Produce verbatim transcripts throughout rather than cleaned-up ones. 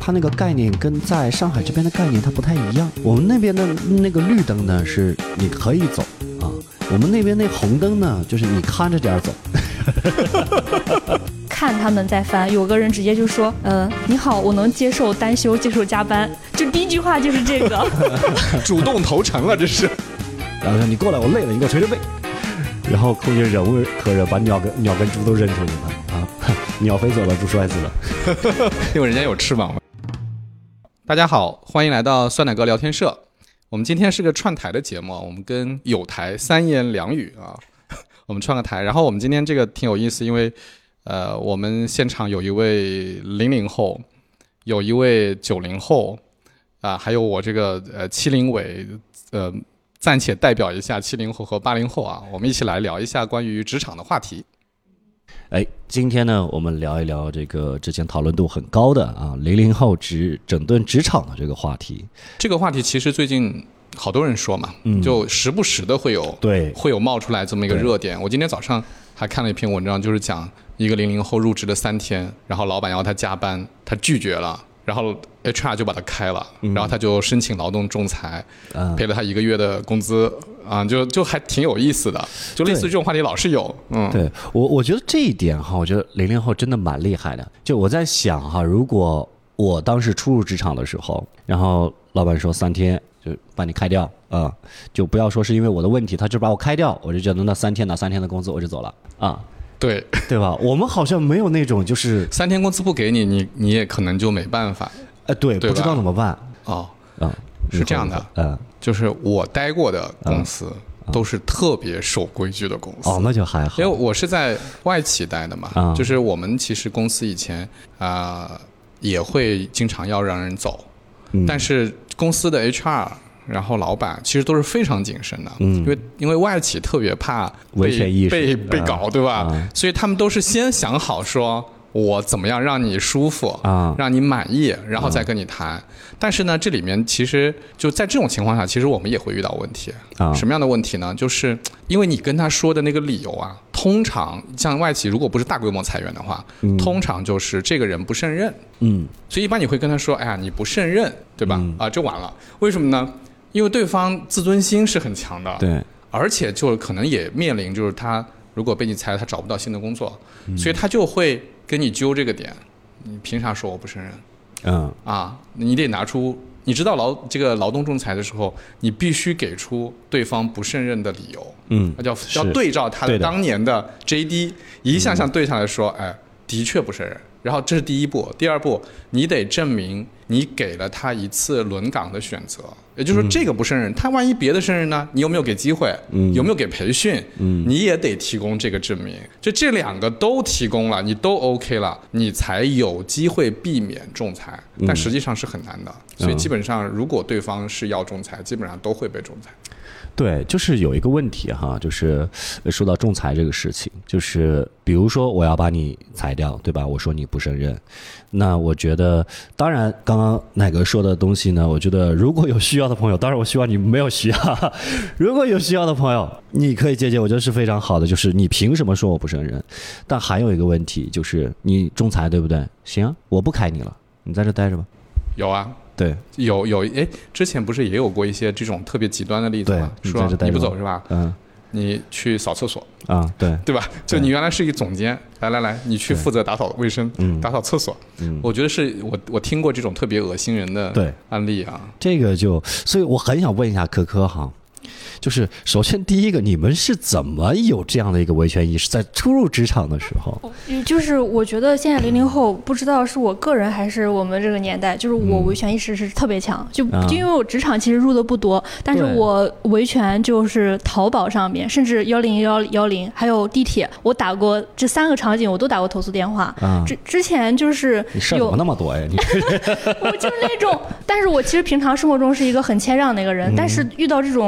它那个概念跟在上海这边的概念它不太一样。我们那边的那个绿灯呢是你可以走啊，我们那边那红灯呢就是你看着点走。 看他们在翻，有个人直接就说：“呃，你好，我能接受单休，接受加班。”就第一句话就是这个， 主动投诚了，这是。 然后说你过来，我累了，你给我捶捶背。然后空姐忍无可忍，把鸟跟鸟跟猪都扔出去了啊！鸟飞走了，猪摔死了， 因为人家有翅膀嘛。大家好，欢迎来到酸奶哥聊天社。我们今天是个串台的节目，我们跟有台三言两语啊，我们串个台。然后我们今天这个挺有意思，因为呃，我们现场有一位零零后，有一位九零后啊，还有我这个呃七零尾呃。暂且代表一下七零后和八零后啊，我们一起来聊一下关于职场的话题。 哎，今天呢，我们聊一聊这个之前讨论度很高的啊，零零后职整顿职场的这个话题。 这个话题其实最近好多人说嘛，嗯、就时不时的会有对会有冒出来这么一个热点。我今天早上还看了一篇文章，就是讲一个零零后入职了三天，然后老板要他加班，他拒绝了。然后 H R 就把他开了，嗯、然后他就申请劳动仲裁，嗯、赔了他一个月的工资啊，就就还挺有意思的，就类似于这种话题老是有。嗯， 对我我觉得这一点哈，我觉得零零后真的蛮厉害的。就我在想哈，如果我当时初入职场的时候，然后老板说三天就把你开掉啊，就不要说是因为我的问题，他就把我开掉，我就觉得那三天拿三天的工资我就走了啊。 对对吧？我们好像没有那种就是三天工资不给你，你你也可能就没办法。 呃，对，不知道怎么办。 哦， 嗯， 是这样的，嗯，就是我待过的公司都是特别守规矩的公司。 哦，那就还好。 因为我是在外企待的嘛，嗯、就是我们其实公司以前啊、呃、也会经常要让人走，嗯、但是公司的 H R。然后老板其实都是非常谨慎的，嗯，因为因为外企特别怕危险意识被被搞，啊、对吧？啊、所以他们都是先想好说我怎么样让你舒服啊，让你满意，然后再跟你谈。啊、但是呢，这里面其实就在这种情况下，其实我们也会遇到问题。啊，什么样的问题呢？就是因为你跟他说的那个理由啊，通常像外企如果不是大规模裁员的话，嗯、通常就是这个人不胜任。嗯，所以一般你会跟他说，哎呀，你不胜任，对吧？嗯、啊，就完了。为什么呢？因为对方自尊心是很强的， 对， 而且就可能也面临就是他如果被你裁了，他找不到新的工作，嗯、所以他就会跟你揪这个点，你凭啥说我不胜任？嗯，啊，你得拿出，你知道劳这个劳动仲裁的时候，你必须给出对方不胜任的理由，嗯，那叫要对照他的当年的 J D 一项项对下来说，哎，的确不胜任。然后这是第一步，第二步，你得证明你给了他一次轮岗的选择，也就是说这个不胜任，嗯、他万一别的胜任呢？你有没有给机会？嗯、有没有给培训？嗯、你也得提供这个证明。就这两个都提供了，你都 OK 了，你才有机会避免仲裁。但实际上是很难的，嗯、所以基本上如果对方是要仲裁，基本上都会被仲裁。 对，就是有一个问题哈，就是说到仲裁这个事情，就是比如说我要把你裁掉，对吧？我说你不胜任，那我觉得，当然刚刚乃哥说的东西呢，我觉得如果有需要的朋友，当然我希望你没有需要，如果有需要的朋友，你可以借鉴，我觉得是非常好的。就是你凭什么说我不胜任？但还有一个问题，就是你仲裁对不对？行，我不开你了，你在这待着吧。 有啊。 对， 有有哎，之前不是也有过一些这种特别极端的例子吗？说你不走是吧？嗯，你去扫厕所啊，对对吧？就你原来是一个总监，来来来，你去负责打扫卫生，打扫厕所。嗯，我觉得是我我听过这种特别恶心人的案例啊。 这个就，所以我很想问一下科科哈。就是首先第一个，你们是怎么有这样的一个维权意识，在初入职场的时候？ 就是我觉得现在零零后，不知道是我个人还是我们这个年代，就是我维权意识是特别强。就就因为我职场其实入的不多，但是我维权就是淘宝上面，甚至幺零幺幺零，还有地铁，我打过这三个场景，我都打过投诉电话。之之前就是你事儿怎么那么多呀？你我就是那种，但是我其实平常生活中是一个很谦让的一个人，但是遇到这种就是。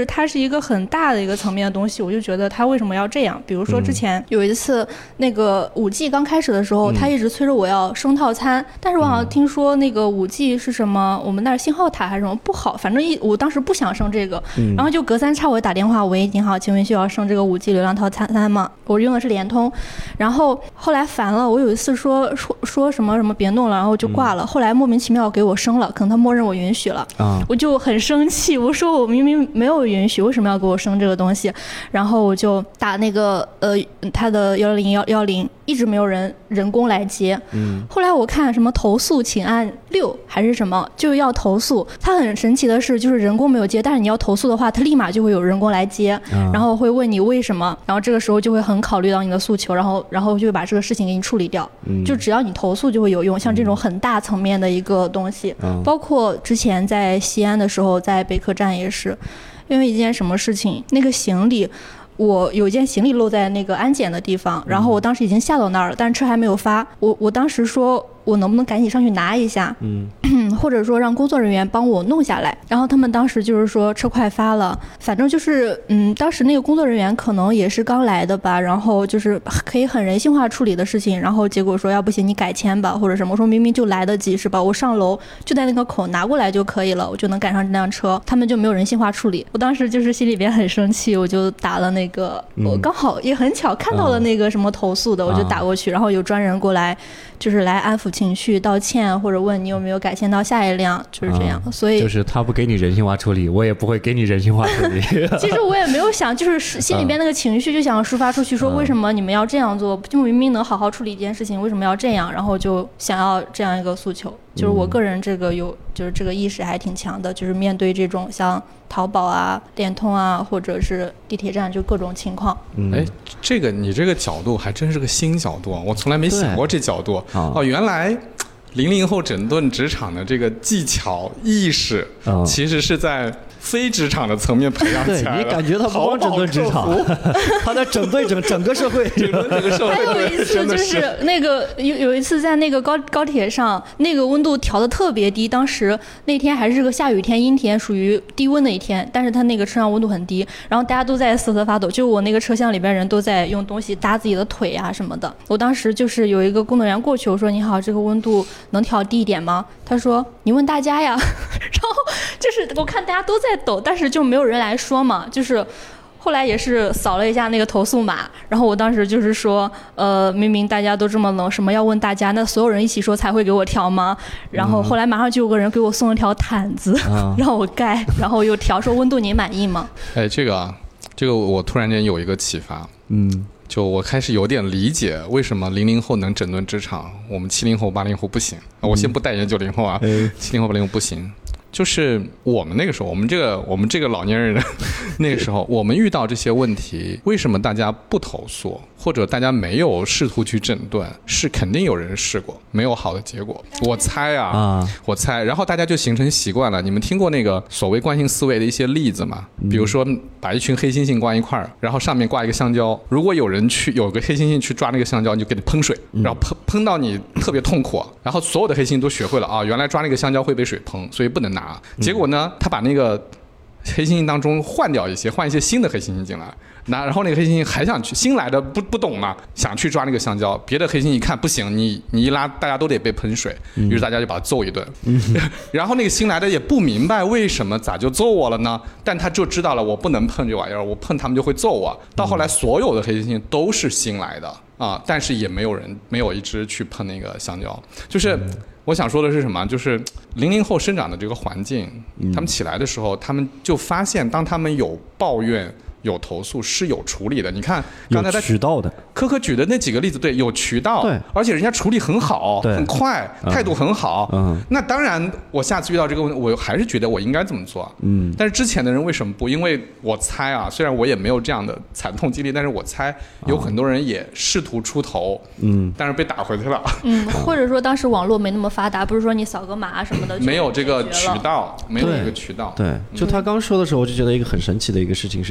是它是一个很大的一个层面的东西，我就觉得它为什么要这样？比如说之前有一次那个五 G 刚开始的时候，他一直催着我要升套餐，但是我好像听说那个五 G 是什么，我们那儿信号塔还是什么不好，反正一我当时不想升这个，然后就隔三差五打电话，喂，你好，请问需要升这个五 G 流量套餐吗？我用的是联通，然后后来烦了，我有一次说说说什么什么别弄了，然后就挂了，后来莫名其妙给我升了，可能他默认我允许了，我就很生气，我说我明明没有允许，为什么要给我升这个东西？然后我就打那个呃他的幺零幺幺零，一直没有人人工来接。嗯，后来我看什么投诉请按六还是什么，就要投诉。它很神奇的是，就是人工没有接，但是你要投诉的话，它立马就会有人工来接，嗯、然后会问你为什么，然后这个时候就会很考虑到你的诉求，然后然后就会把这个事情给你处理掉。嗯，就只要你投诉就会有用，像这种很大层面的一个东西，嗯、包括之前在西安的时候，在北客站也是。因为一件什么事情，那个行李，我有一件行李漏在那个安检的地方，然后我当时已经下到那儿了，但是车还没有发。我我当时说，我能不能赶紧上去拿一下？嗯，或者说让工作人员帮我弄下来。然后他们当时就是说车快发了，反正就是嗯，当时那个工作人员可能也是刚来的吧，然后就是可以很人性化处理的事情，然后结果说要不行你改签吧或者什么，我说明明就来得及是吧？我上楼就在那个口拿过来就可以了，我就能赶上这辆车，他们就没有人性化处理。我当时就是心里边很生气，我就打了那个，嗯、我刚好也很巧看到了那个什么投诉的，嗯、我就打过去，然后有专人过来，就是来安抚情绪、道歉，或者问你有没有改签到下一辆，就是这样。嗯、所以就是他不给你人性化处理，我也不会给你人性化处理。 其实我也没有想，就是心里边那个情绪就想抒发出去，说为什么你们要这样做？就明明能好好处理一件事情，为什么要这样？然后就想要这样一个诉求。就是我个人这个有，就是这个意识还挺强的，就是面对这种像淘宝啊、联通啊，或者是地铁站，就各种情况。 哎、嗯，这个你这个角度还真是个新角度，我从来没想过这角度。哦，原来零零后整顿职场的这个技巧意识，嗯、其实是在非职场的层面培养起来的。 对，你感觉他不光整顿职场，他在整顿整整个社会。 整个社会。 还有一次就是那个有有一次在那个高高铁上，那个温度调的特别低，当时那天还是个下雨天、阴天，属于低温的一天，但是他那个车上温度很低，然后大家都在瑟瑟发抖，就我那个车厢里边人都在用东西搭自己的腿啊什么的。我当时就是有一个工作人员过去，我说你好，这个温度能调低一点吗？他说你问大家呀。然后就是我看大家都在抖，但是就没有人来说嘛，就是后来也是扫了一下那个投诉码，然后我当时就是说呃明明大家都这么冷，什么要问大家，那所有人一起说才会给我调吗？然后后来马上就有个人给我送了条毯子、嗯、让我盖，然后又调说温度您满意吗？ 哎，这个啊这个我突然间有一个启发，嗯，就我开始有点理解为什么零零后能整顿职场，我们七零后八零后不行、嗯、我先不代言九零后啊，七零后八零后不行。就是我们那个时候，我们这个我们这个老年人那个时候，我们遇到这些问题，为什么大家不投诉，或者大家没有试图去诊断？是肯定有人试过，没有好的结果。我猜啊，啊我猜，然后大家就形成习惯了。你们听过那个所谓惯性思维的一些例子吗？比如说把一群黑猩猩关一块儿，然后上面挂一个香蕉，如果有人去有个黑猩猩去抓那个香蕉，你就给它喷水，然后喷喷到你特别痛苦，然后所有的黑猩猩都学会了啊，原来抓那个香蕉会被水喷，所以不能拿。结果呢，他把那个黑猩猩当中换掉一些，换一些新的黑猩猩进来，那然后那个黑猩猩还想去，新来的不不懂嘛，想去抓那个香蕉，别的黑猩猩一看不行，你你一拉，大家都得被喷水，于是大家就把他揍一顿。嗯、然后那个新来的也不明白为什么咋就揍我了呢？但他就知道了，我不能碰这玩意儿，我碰他们就会揍我。到后来，所有的黑猩猩都是新来的啊，但是也没有人没有一只去碰那个香蕉，就是。嗯我想说的是什么？就是零零后生长的这个环境，他们起来的时候，他们就发现，当他们有抱怨、有投诉，是有处理的。你看刚才他渠道的， 科科举的那几个例子，对，有渠道， 对， 而且人家处理很好，很快，态度很好。 嗯， 那当然，我下次遇到这个问题，我还是觉得我应该这么做。嗯，但是之前的人为什么不？因为我猜啊，虽然我也没有这样的惨痛经历，但是我猜有很多人也试图出头，嗯，但是被打回去了。 嗯，或者说当时网络没那么发达，不是说你扫个码什么的， 没有这个渠道，没有这个渠道。 对，就他刚说的时候，我就觉得一个很神奇的一个事情是什么？就是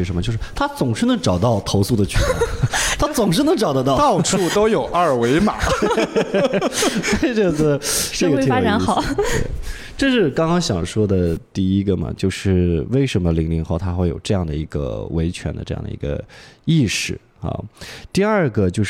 他总是能找到投诉的渠道，他总是能找得到， 到处都有二维码。 这个这社会发展好。 这是刚刚想说的第一个嘛，就是为什么零零后他会有这样的一个维权的这样的一个意识啊。第二个就是，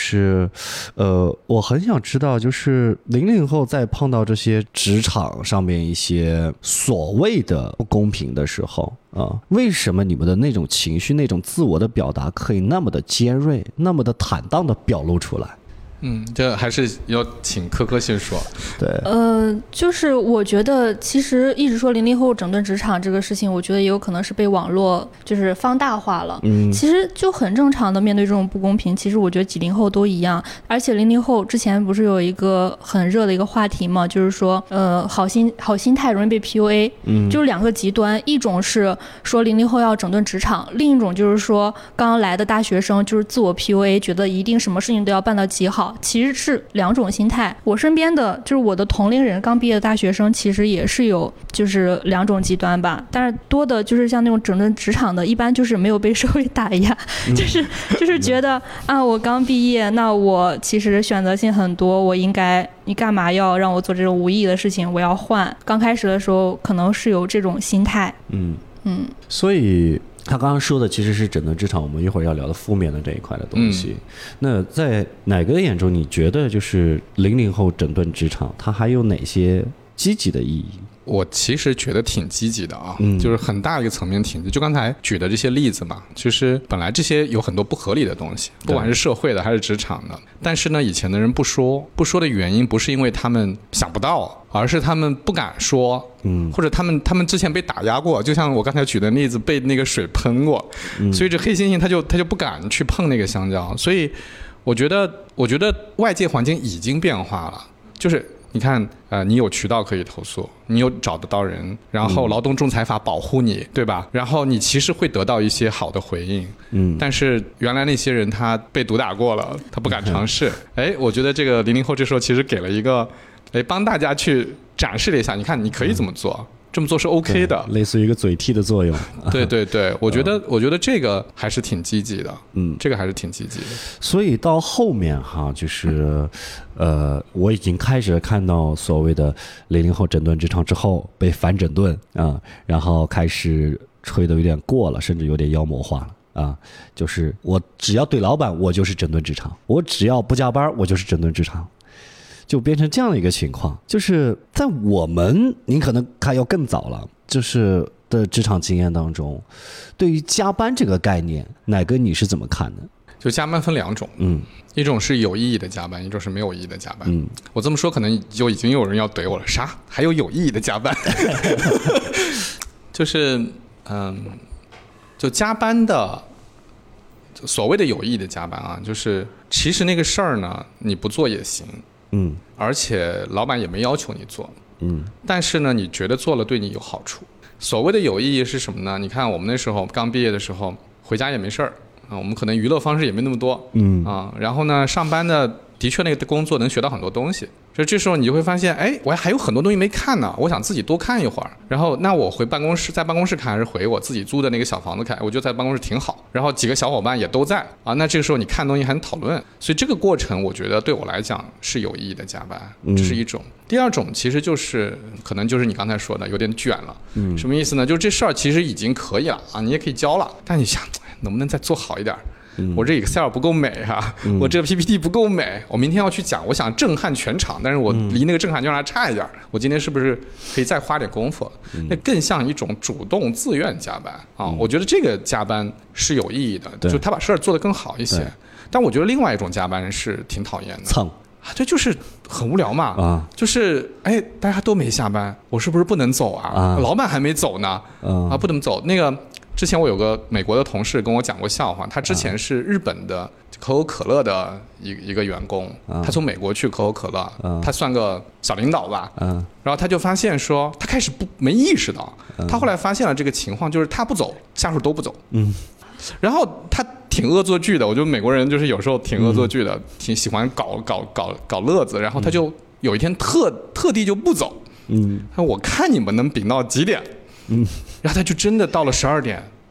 呃，我很想知道，就是零零后在碰到这些职场上面一些所谓的不公平的时候啊，为什么你们的那种情绪、那种自我的表达可以那么的尖锐、那么的坦荡的表露出来？ 嗯，这还是要请科科先说。 对， 呃，就是我觉得其实一直说零零后整顿职场这个事情，我觉得也有可能是被网络就是放大化了。嗯，其实就很正常的面对这种不公平，其实我觉得几零后都一样。而且零零后之前不是有一个很热的一个话题嘛，就是说呃好心好心态容易被 P U A， 嗯，就是两个极端，一种是说零零后要整顿职场，另一种就是说刚刚来的大学生就是自我 P U A， 觉得一定什么事情都要办到极好。其实是两种心态。我身边的就是我的同龄人刚毕业的大学生，其实也是有就是两种极端吧。但是多的就是像那种整顿职场的，一般就是没有被社会打压，嗯、就是就是觉得啊，我刚毕业，那我其实选择性很多，我应该你干嘛要让我做这种无意义的事情？我要换。刚开始的时候可能是有这种心态。嗯嗯，所以。他刚刚说的其实是整顿职场，我们一会儿要聊的负面的这一块的东西。嗯、那在哪个眼中，你觉得就是零零后整顿职场，它还有哪些积极的意义？ 我其实觉得挺积极的啊，嗯、就是很大一个层面挺积极。就刚才举的这些例子嘛，就是本来这些有很多不合理的东西，不管是社会的还是职场的，但是呢，以前的人不说，不说的原因不是因为他们想不到，而是他们不敢说，嗯，或者他们他们之前被打压过，就像我刚才举的例子，被那个水喷过，嗯、所以这黑猩猩他就他就不敢去碰那个香蕉。所以我觉得，我觉得外界环境已经变化了，就是。你看，呃，你有渠道可以投诉，你有找得到人，然后劳动仲裁法保护你，对吧？然后你其实会得到一些好的回应，嗯。但是原来那些人他被毒打过了，他不敢尝试。哎，我觉得这个零零后这时候其实给了一个，哎，帮大家去展示了一下，你看你可以这么做。嗯，这么做是 OK 的， 类似于一个嘴替的作用。 对对对，我觉得、嗯、我觉得这个还是挺积极的，嗯，这个还是挺积极的。 所以到后面哈，就是，呃，我已经开始看到所谓的零零后整顿职场之后被反整顿啊、嗯，然后开始吹得有点过了，甚至有点妖魔化了。啊，就是我只要对老板，我就是整顿职场；我只要不加班，我就是整顿职场。就变成这样的一个情况，就是在我们您可能看要更早了，就是的职场经验当中，对于加班这个概念，乃哥你是怎么看的？ 就加班分两种，嗯，一种是有意义的加班，一种是没有意义的加班。嗯，我这么说可能就已经有人要怼我了，啥？还有有意义的加班？就是嗯，就加班的所谓的有意义的加班啊，就是其实那个事儿呢，你不做也行。嗯，而且老板也没要求你做，嗯，但是呢，你觉得做了对你有好处。所谓的有意义是什么呢？你看我们那时候刚毕业的时候，回家也没事儿啊，我们可能娱乐方式也没那么多，嗯啊，然后呢，上班呢，的确那个工作能学到很多东西。所以这时候你就会发现，哎，我还有很多东西没看呢，我想自己多看一会儿。然后，那我回办公室，在办公室看还是回我自己租的那个小房子看？我觉得在办公室挺好。然后几个小伙伴也都在啊，那这个时候你看东西还能讨论。所以这个过程，我觉得对我来讲是有意义的加班，这是一种。嗯、第二种其实就是可能就是你刚才说的有点卷了，嗯，什么意思呢？就是这事儿其实已经可以了啊，你也可以交了，但你想能不能再做好一点？嗯、我这 Excel 不够美哈、啊嗯，我这个 P P T 不够美，我明天要去讲，我想震撼全场，但是我离那个震撼就让它差一点，嗯、我今天是不是可以再花点功夫？嗯、那更像一种主动自愿加班啊！嗯、我觉得这个加班是有意义的，就他把事儿做得更好一些。但我觉得另外一种加班是挺讨厌的， 蹭啊，这就是很无聊嘛啊！就是哎，大家都没下班，我是不是不能走啊？啊老板还没走呢，啊，不能走那个。之前我有个美国的同事跟我讲过笑话，他之前是日本的可口可乐的一一个员工，他从美国去可口可乐，他算个小领导吧，然后他就发现说，他开始不没意识到，他后来发现了这个情况，就是他不走，下属都不走，嗯，然后他挺恶作剧的，我觉得美国人就是有时候挺恶作剧的，挺喜欢搞搞搞搞乐子，然后他就有一天特特地就不走，嗯，我看你们能顶到几点。嗯，然后他就真的到了十二点，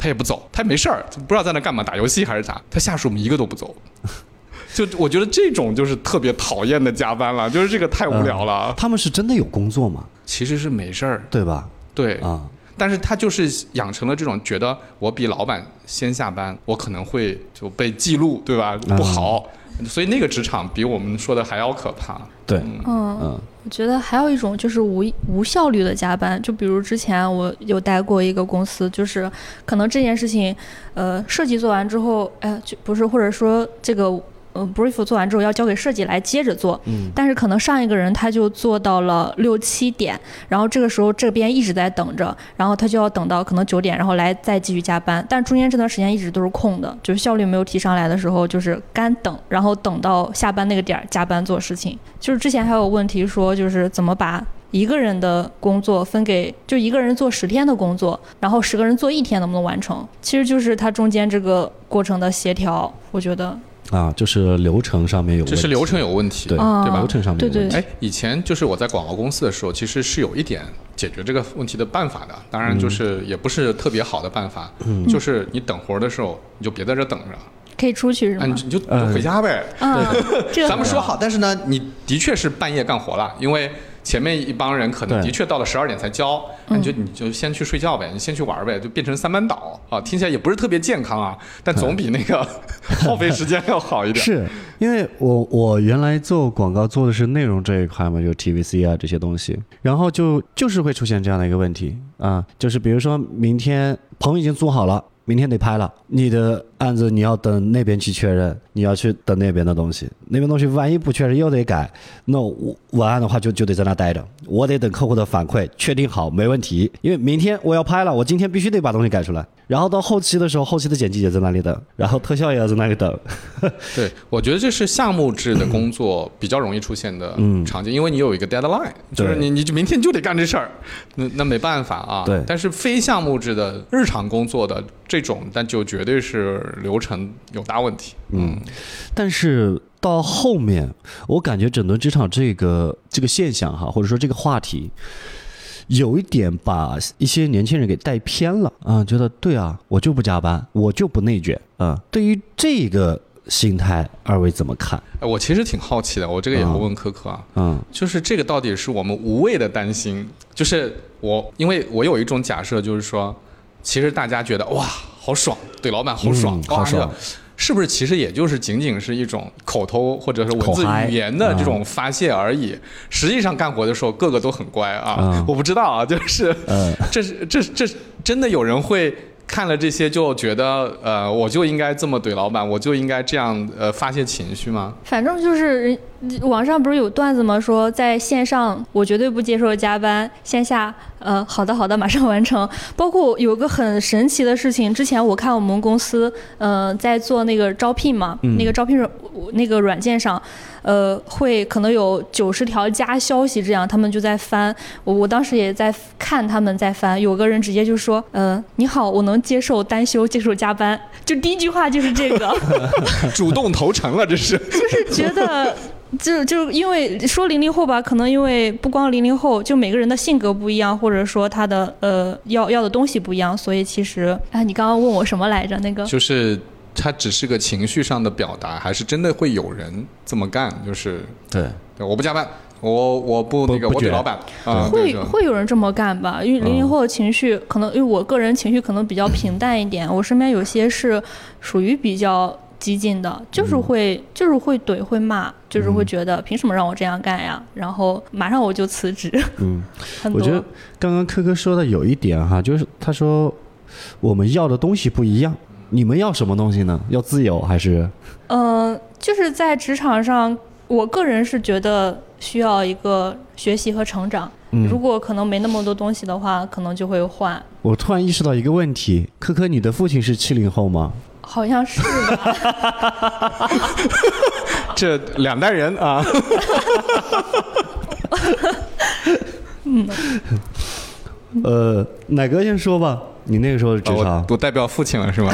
他也不走，他也没事儿，不知道在那干嘛，打游戏还是啥，他下属们一个都不走。就我觉得这种就是特别讨厌的加班了，就是这个太无聊了。 呃、他们是真的有工作吗？ 其实是没事儿， 对吧？ 对啊、嗯， 但是他就是养成了这种觉得我比老板先下班，我可能会就被记录，对吧？不好，嗯、所以那个职场比我们说的还要可怕。 对， 嗯嗯，我觉得还有一种就是无无效率的加班，就比如之前我有待过一个公司，就是可能这件事情，呃，设计做完之后，哎、呃，就不是，或者说这个。嗯 brief 做完之后要交给设计来接着做， 嗯， 但是可能上一个人他就做到了六七点，然后这个时候这边一直在等着，然后他就要等到可能九点，然后来再继续加班，但中间这段时间一直都是空的，就是效率没有提上来的时候，就是干等，然后等到下班那个点加班做事情。就是之前还有问题说，就是怎么把一个人的工作分给，就一个人做十天的工作，然后十个人做一天能不能完成？其实就是它中间这个过程的协调，我觉得。 啊，就是流程上面有问题， 就是流程有问题， 对、 啊、 对吧？流程上面有问题。 哎，以前就是我在广告公司的时候，其实是有一点解决这个问题的办法的，当然就是也不是特别好的办法，嗯、就是你等活的时候，你就别在这等着。 可以出去是吗？ 你就回家呗。 嗯， 对，咱们说好，但是呢，你的确是半夜干活了，因为前面一帮人可能的确到了十二点才交，那你就你就先去睡觉呗，你先去玩呗，就变成三班倒啊，听起来也不是特别健康啊，但总比那个耗费时间要好一点。 是因为我我原来做广告做的是内容这一块嘛，就 T V C 啊这些东西，然后就就是会出现这样的一个问题啊，就是比如说明天棚已经租好了。明天得拍了，你的案子你要等那边去确认，你要去等那边的东西，那边东西万一不确认又得改，那我文案的话就就得在那待着，我得等客户的反馈，确定好没问题，因为明天我要拍了，我今天必须得把东西改出来，然后到后期的时候，后期的剪辑也在那里等，然后特效也要在那里等。 对，我觉得这是项目制的工作比较容易出现的场景，嗯、因为你有一个 deadline， 就是你你明天就得干这事儿，那那没办法啊。 对， 但是非项目制的日常工作的这种，但就绝对是流程有大问题。 嗯，但是到后面，我感觉整顿职场这个这个现象哈，或者说这个话题，有一点把一些年轻人给带偏了啊、嗯，觉得对啊，我就不加班，我就不内卷啊、嗯。对于这个心态，二位怎么看？ 我其实挺好奇的，我这个也要问可可啊， 嗯， 就是这个到底是我们无谓的担心，就是我因为我有一种假设，就是说，其实大家觉得哇好爽，对老板好爽， 嗯、好爽。 是不是其实也就是仅仅是一种口头或者是文字语言的这种发泄而已？实际上干活的时候个个都很乖啊，嗯、我不知道啊，就是，嗯、这是这这真的有人会看了这些就觉得呃我就应该这么怼老板，我就应该这样呃发泄情绪吗？ 反正就是网上不是有段子吗？说在线上我绝对不接受加班，线下呃好的好的马上完成。包括有个很神奇的事情，之前我看我们公司呃在做那个招聘嘛，嗯、那个招聘软那个软件上，呃会可能有九十条加消息这样，他们就在翻。我我当时也在看他们在翻，有个人直接就说呃你好，我能接受单休，接受加班，就第一句话就是这个， 主动投诚了，这是就是觉得。就就因为说零零后吧，可能因为不光零零后，就每个人的性格不一样，或者说他的呃要要的东西不一样，所以其实哎，你刚刚问我什么来着？那个就是它只是个情绪上的表达，还是真的会有人这么干？就是对， 对我不加班，我我不那个我怼老板啊， 会会有人这么干吧？因为零零后的情绪、嗯、可能，因为我个人情绪可能比较平淡一点，我身边有些是属于比较激进的，就是会、嗯、就是会怼会骂，就是会觉得凭什么让我这样干呀，然后马上我就辞职。嗯， 我觉得刚刚科科说的有一点哈，就是他说我们要的东西不一样，你们要什么东西呢？要自由还是？ 嗯、呃，就是在职场上，我个人是觉得需要一个学习和成长。嗯、如果可能没那么多东西的话，可能就会换。 我突然意识到一个问题，科科，你的父亲是七零后吗？ 好像是吧。 这两代人啊。 嗯。 呃，哪个先说吧？你那个时候的职场、 哦、我, 我代表父亲了是吗？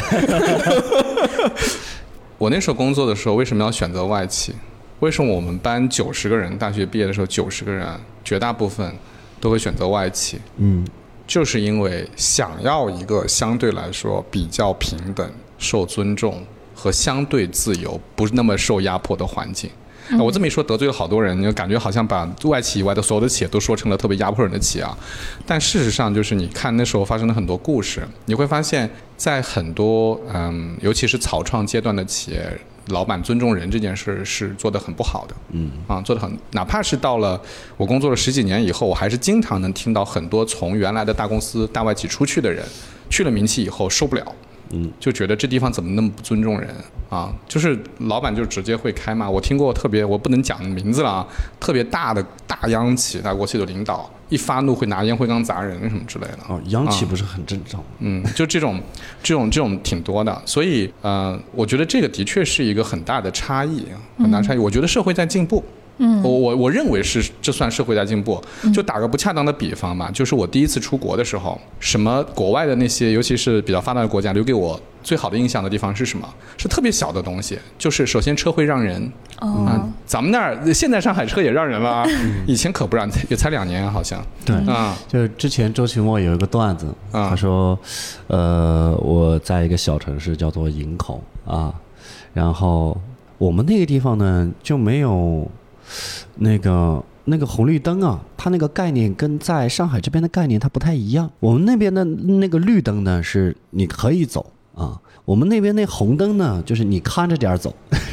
我那时候工作的时候，为什么要选择外企？为什么我们班九十个人，大学毕业的时候九十个人，绝大部分都会选择外企？ 嗯， 就是因为想要一个相对来说比较平等、受尊重和相对自由、不是那么受压迫的环境。嗯、我这么一说得罪了好多人，就感觉好像把外企以外的所有的企业都说成了特别压迫人的企业啊。但事实上，就是你看那时候发生了很多故事，你会发现在很多嗯，尤其是草创阶段的企业，老板尊重人这件事是做得很不好的。嗯啊，做得很，哪怕是到了我工作了十几年以后，我还是经常能听到很多从原来的大公司、大外企出去的人，去了民企以后受不了。嗯，就觉得这地方怎么那么不尊重人啊？就是老板就直接会开骂。我听过特别，我不能讲名字了啊，特别大的大央企、大国企的领导，一发怒会拿烟灰缸砸人什么之类的。 哦，央企不是很正常？啊、 嗯，就这种、这种、这种挺多的。所以呃，我觉得这个的确是一个很大的差异，很大差异。嗯、我觉得社会在进步。嗯，我我我认为是这算社会在进步。就打个不恰当的比方嘛，就是我第一次出国的时候，什么国外的那些，尤其是比较发达的国家，留给我最好的印象的地方是什么？是特别小的东西，就是首先车会让人。哦、嗯，咱们那儿现在上海车也让人了，以前可不让，也才两年好像。 对啊、嗯，就是之前周奇墨有一个段子，嗯、他说，呃，我在一个小城市叫做营口啊，然后我们那个地方呢就没有。那个那个红绿灯啊，它那个概念跟在上海这边的概念它不太一样。我们那边的那个绿灯呢，是你可以走啊，我们那边那红灯呢，就是你看着点走，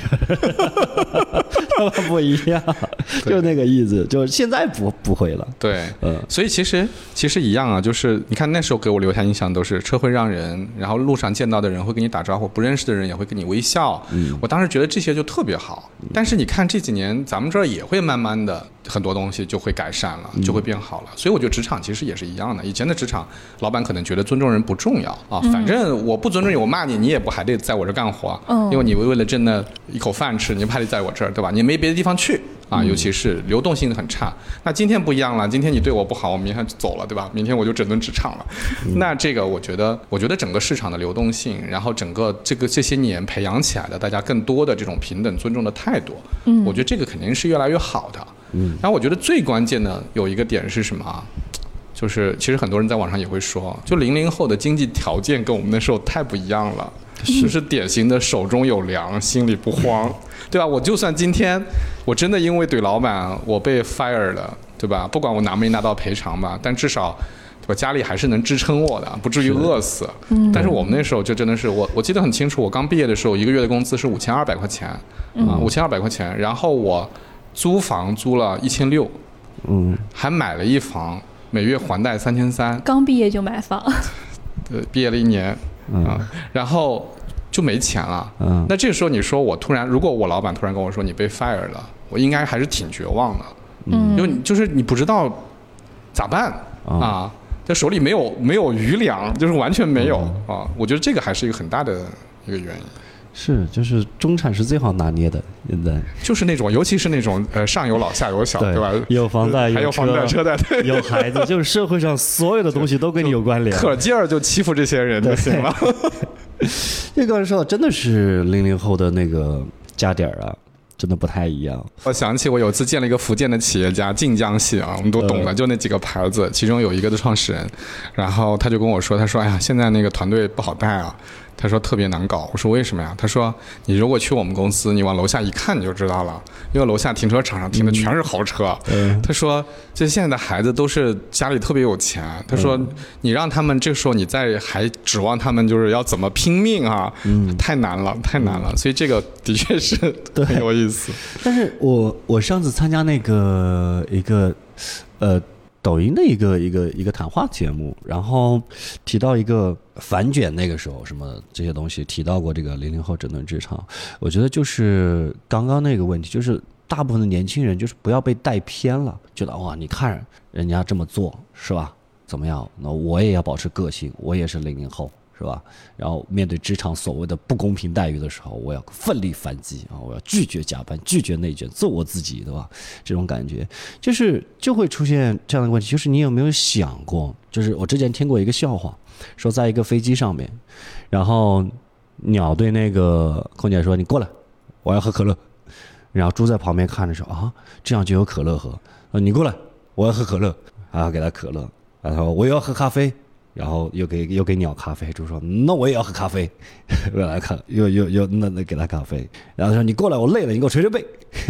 他们不一样，就那个意思，就是现在不不会了。 对，嗯，所以其实其实一样啊，就是你看那时候给我留下印象都是车会让人，然后路上见到的人会跟你打招呼，不认识的人也会跟你微笑。嗯，我当时觉得这些就特别好。但是你看这几年咱们这儿也会慢慢的很多东西就会改善了，就会变好了。所以我觉得职场其实也是一样的。以前的职场，老板可能觉得尊重人不重要啊，反正我不尊重你，我骂你，你也不还得在我这干活，因为你为了挣那一口饭吃，你还得在我这儿，对吧？你没别的地方去啊，尤其是流动性很差。那今天不一样了，今天你对我不好，我明天就走了，对吧？明天我就整顿职场了。那这个我觉得，我觉得整个市场的流动性，然后整个这个这些年培养起来的大家更多的这种平等尊重的态度，我觉得这个肯定是越来越好的。嗯，然后我觉得最关键的有一个点是什么啊？就是其实很多人在网上也会说，就零零后的经济条件跟我们那时候太不一样了，就是典型的手中有粮，心里不慌，对吧？我就算今天我真的因为怼老板我被 fire 了，对吧？不管我拿没拿到赔偿吧，但至少对吧，家里还是能支撑我的，不至于饿死。嗯，但是我们那时候就真的是我我记得很清楚，我刚毕业的时候一个月的工资是五千二百块钱，啊，五千二百块钱，然后我租房租了一千六，嗯，还买了一房，每月还贷三千三。 刚毕业就买房， 对，毕业了一年，嗯、啊，然后就没钱了。嗯，那这个时候你说我突然，如果我老板突然跟我说你被 fire 了，我应该还是挺绝望的，嗯，因为就是你不知道咋办啊，这手里没有没有余粮，就是完全没有、嗯、啊。我觉得这个还是一个很大的一个原因。 是，就是中产是最好拿捏的，现在就是那种，尤其是那种呃上有老下有小， 对, 对吧？ 有房贷， 还有房贷、车贷， 有孩子，就是社会上所有的东西都跟你有关联。 可劲儿就欺负这些人就行了。 这个说真的是零零后的那个加点啊，真的不太一样。 我想起我有次见了一个福建的企业家，晋江系啊，我们都懂的，呃、就那几个牌子，其中有一个的创始人，然后他就跟我说，他说：“哎呀，现在那个团队不好带啊。”他说特别难搞，我说为什么呀？他说你如果去我们公司，你往楼下一看你就知道了，因为楼下停车场上停的全是豪车。嗯、他说这现在的孩子都是家里特别有钱，他说你让他们这个时候你再还指望他们就是要怎么拼命啊，嗯、太难了，太难了。所以这个的确是很有意思。 但是我我上次参加那个一个呃。抖音的一个一个一个谈话节目，然后提到一个反卷，那个时候什么这些东西提到过这个零零后整顿职场，我觉得就是刚刚那个问题，就是大部分的年轻人就是不要被带偏了，觉得哇，你看人家这么做是吧？怎么样？那我也要保持个性，我也是零零后。是吧？然后面对职场所谓的不公平待遇的时候，我要奋力反击啊！我要拒绝加班，拒绝内卷，做我自己，对吧？这种感觉就是就会出现这样的问题。就是你有没有想过？就是我之前听过一个笑话，说在一个飞机上面，然后鸟对那个空姐说：“你过来，我要喝可乐。”然后猪在旁边看着说：“啊，这样就有可乐喝。”呃，你过来，我要喝可乐，还要给他可乐。 然后我也要喝咖啡，然后又给又给鸟咖啡，猪说那我也要喝咖啡，又来看又又又那那给他咖啡，然后说你过来我累了，你给我捶捶背。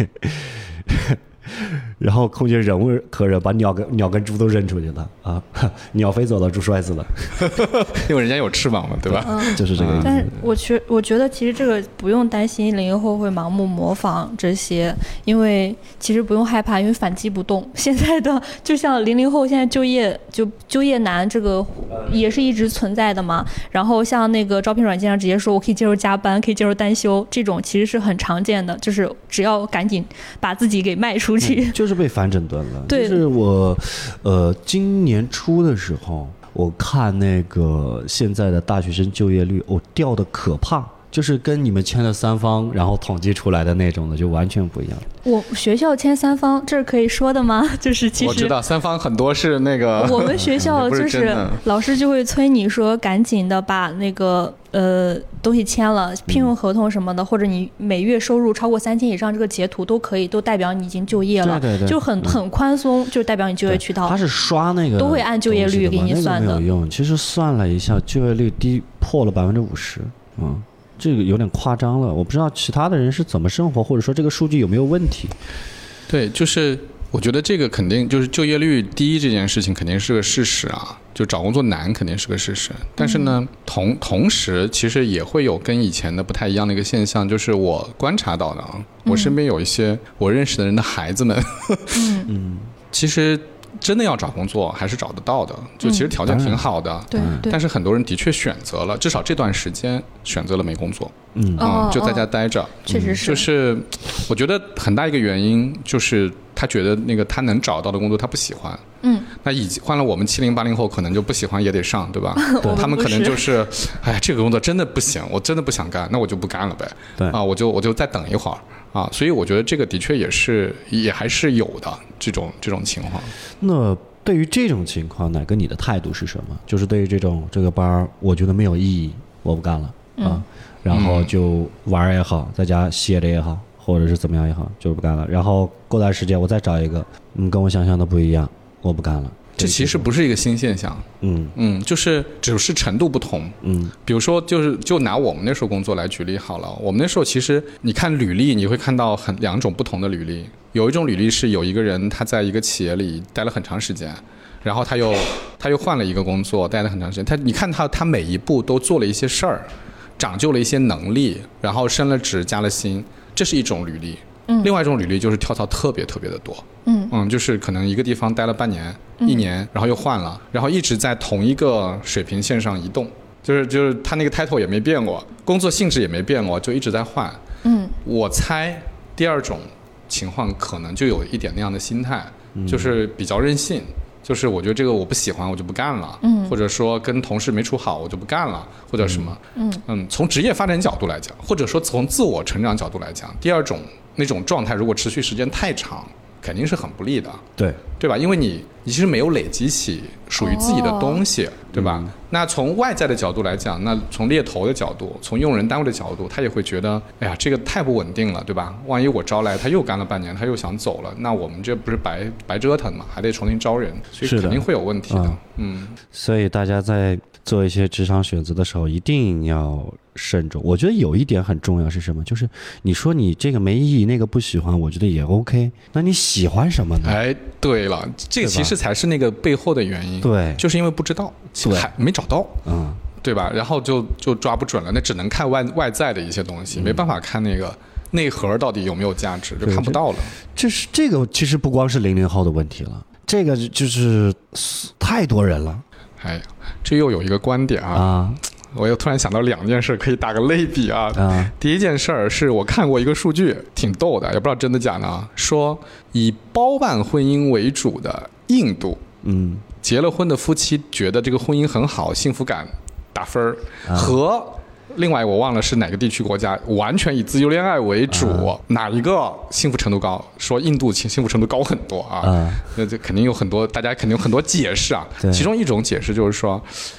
然后空姐忍无可忍，把鸟跟鸟跟猪都扔出去了啊！鸟飞走了，猪摔死了， 因为人家有翅膀嘛，对吧？ 嗯， 就是这个意思。 但是我觉我觉得其实这个不用担心零零后会盲目模仿这些，因为其实不用害怕，因为反击不动。现在的就像零零后现在就业就就业难，这个也是一直存在的嘛。然后像那个招聘软件上直接说我可以接受加班，可以接受单休，这种其实是很常见的，就是只要赶紧把自己给卖出去。 嗯、就是被反整顿了。 对， 就是我，呃，今年初的时候，我看那个现在的大学生就业率，哦，掉的可怕，就是跟你们签的三方，然后统计出来的那种的就完全不一样。 我学校签三方，这是可以说的吗？就是其实我知道三方很多是那个， 我们学校就是老师就会催你说，赶紧的把那个呃东西签了，聘用合同什么的，嗯、或者你每月收入超过三千以上，这个截图都可以，都代表你已经就业了， 对对对， 就很很宽松，就代表你就业渠道。 他是刷那个都会按就业率给你算的， 那个、没有用。其实算了一下，就业率低破了百分之五十，嗯。这个有点夸张了，我不知道其他的人是怎么生活，或者说这个数据有没有问题。 对，就是我觉得这个肯定就是就业率低这件事情肯定是个事实啊，就找工作难肯定是个事实。但是呢，嗯、同同时其实也会有跟以前的不太一样的一个现象，就是我观察到的啊，我身边有一些我认识的人的孩子们，嗯嗯，其实。真的要找工作还是找得到的，就其实条件挺好的， 嗯、对, 对。 但是很多人的确选择了，至少这段时间选择了没工作， 嗯啊、嗯，就在家待着， 确实是。 就是我觉得很大一个原因就是他觉得那个他能找到的工作他不喜欢， 嗯。 那以换了我们七零八零后可能就不喜欢也得上，对吧？对他们可能就是，哎，这个工作真的不行，我真的不想干，那我就不干了呗。 对啊，我就我就再等一会儿。啊，所以我觉得这个的确也是，也还是有的这种这种情况。 那对于这种情况，哪个你的态度是什么？就是对于这种这个班，我觉得没有意义，我不干了、嗯、啊，然后就玩也好，在家歇着也好，或者是怎么样也好，就是不干了。然后过段时间我再找一个，嗯，跟我想象的不一样，我不干了。 这其实不是一个新现象，嗯嗯，就是只是程度不同，嗯，比如说就是就拿我们那时候工作来举例好了，我们那时候其实你看履历，你会看到很两种不同的履历，有一种履历是有一个人他在一个企业里待了很长时间，然后他又他又换了一个工作，待了很长时间，他你看他他每一步都做了一些事儿，长就了一些能力，然后升了职加了薪，这是一种履历。嗯，另外一种履历就是跳槽特别特别的多，嗯嗯，就是可能一个地方待了半年、嗯、一年，然后又换了，然后一直在同一个水平线上移动，就是就是他那个 title 也没变过，工作性质也没变过，就一直在换。嗯，我猜第二种情况可能就有一点那样的心态，嗯、就是比较任性。就是我觉得这个我不喜欢，我就不干了，嗯，或者说跟同事没处好，我就不干了，或者什么，嗯嗯，从职业发展角度来讲，或者说从自我成长角度来讲，第二种那种状态如果持续时间太长，肯定是很不利的， 对对吧？因为你你其实没有累积起属于自己的东西，哦、对吧？嗯、那从外在的角度来讲，那从猎头的角度，从用人单位的角度，他也会觉得，哎呀，这个太不稳定了，对吧？万一我招来他又干了半年，他又想走了，那我们这不是白白折腾嘛？还得重新招人，所以肯定会有问题的。的嗯， 所以大家在做一些职场选择的时候，一定要慎重。我觉得有一点很重要是什么？就是你说你这个没意义，那个不喜欢，我觉得也 OK。那你喜欢什么呢？ 哎，对了，这个其实才是那个背后的原因。 对， 就是因为不知道，还没找到，嗯，对吧？然后就就抓不准了，那只能看外外在的一些东西，嗯、没办法看那个内核到底有没有价值，就看不到了。 这是这个其实不光是零零后的问题了，这个就是太多人了。 哎，这又有一个观点啊。啊我又突然想到两件事，可以打个类比啊。啊第一件事儿是我看过一个数据，挺逗的，也不知道真的假的啊。说以包办婚姻为主的印度，嗯，结了婚的夫妻觉得这个婚姻很好，幸福感打分儿，啊、和另外我忘了是哪个地区国家，完全以自由恋爱为主，啊、哪一个幸福程度高？说印度幸福程度高很多啊。那这肯定有很多，大家肯定有很多解释啊。其中一种解释就是说。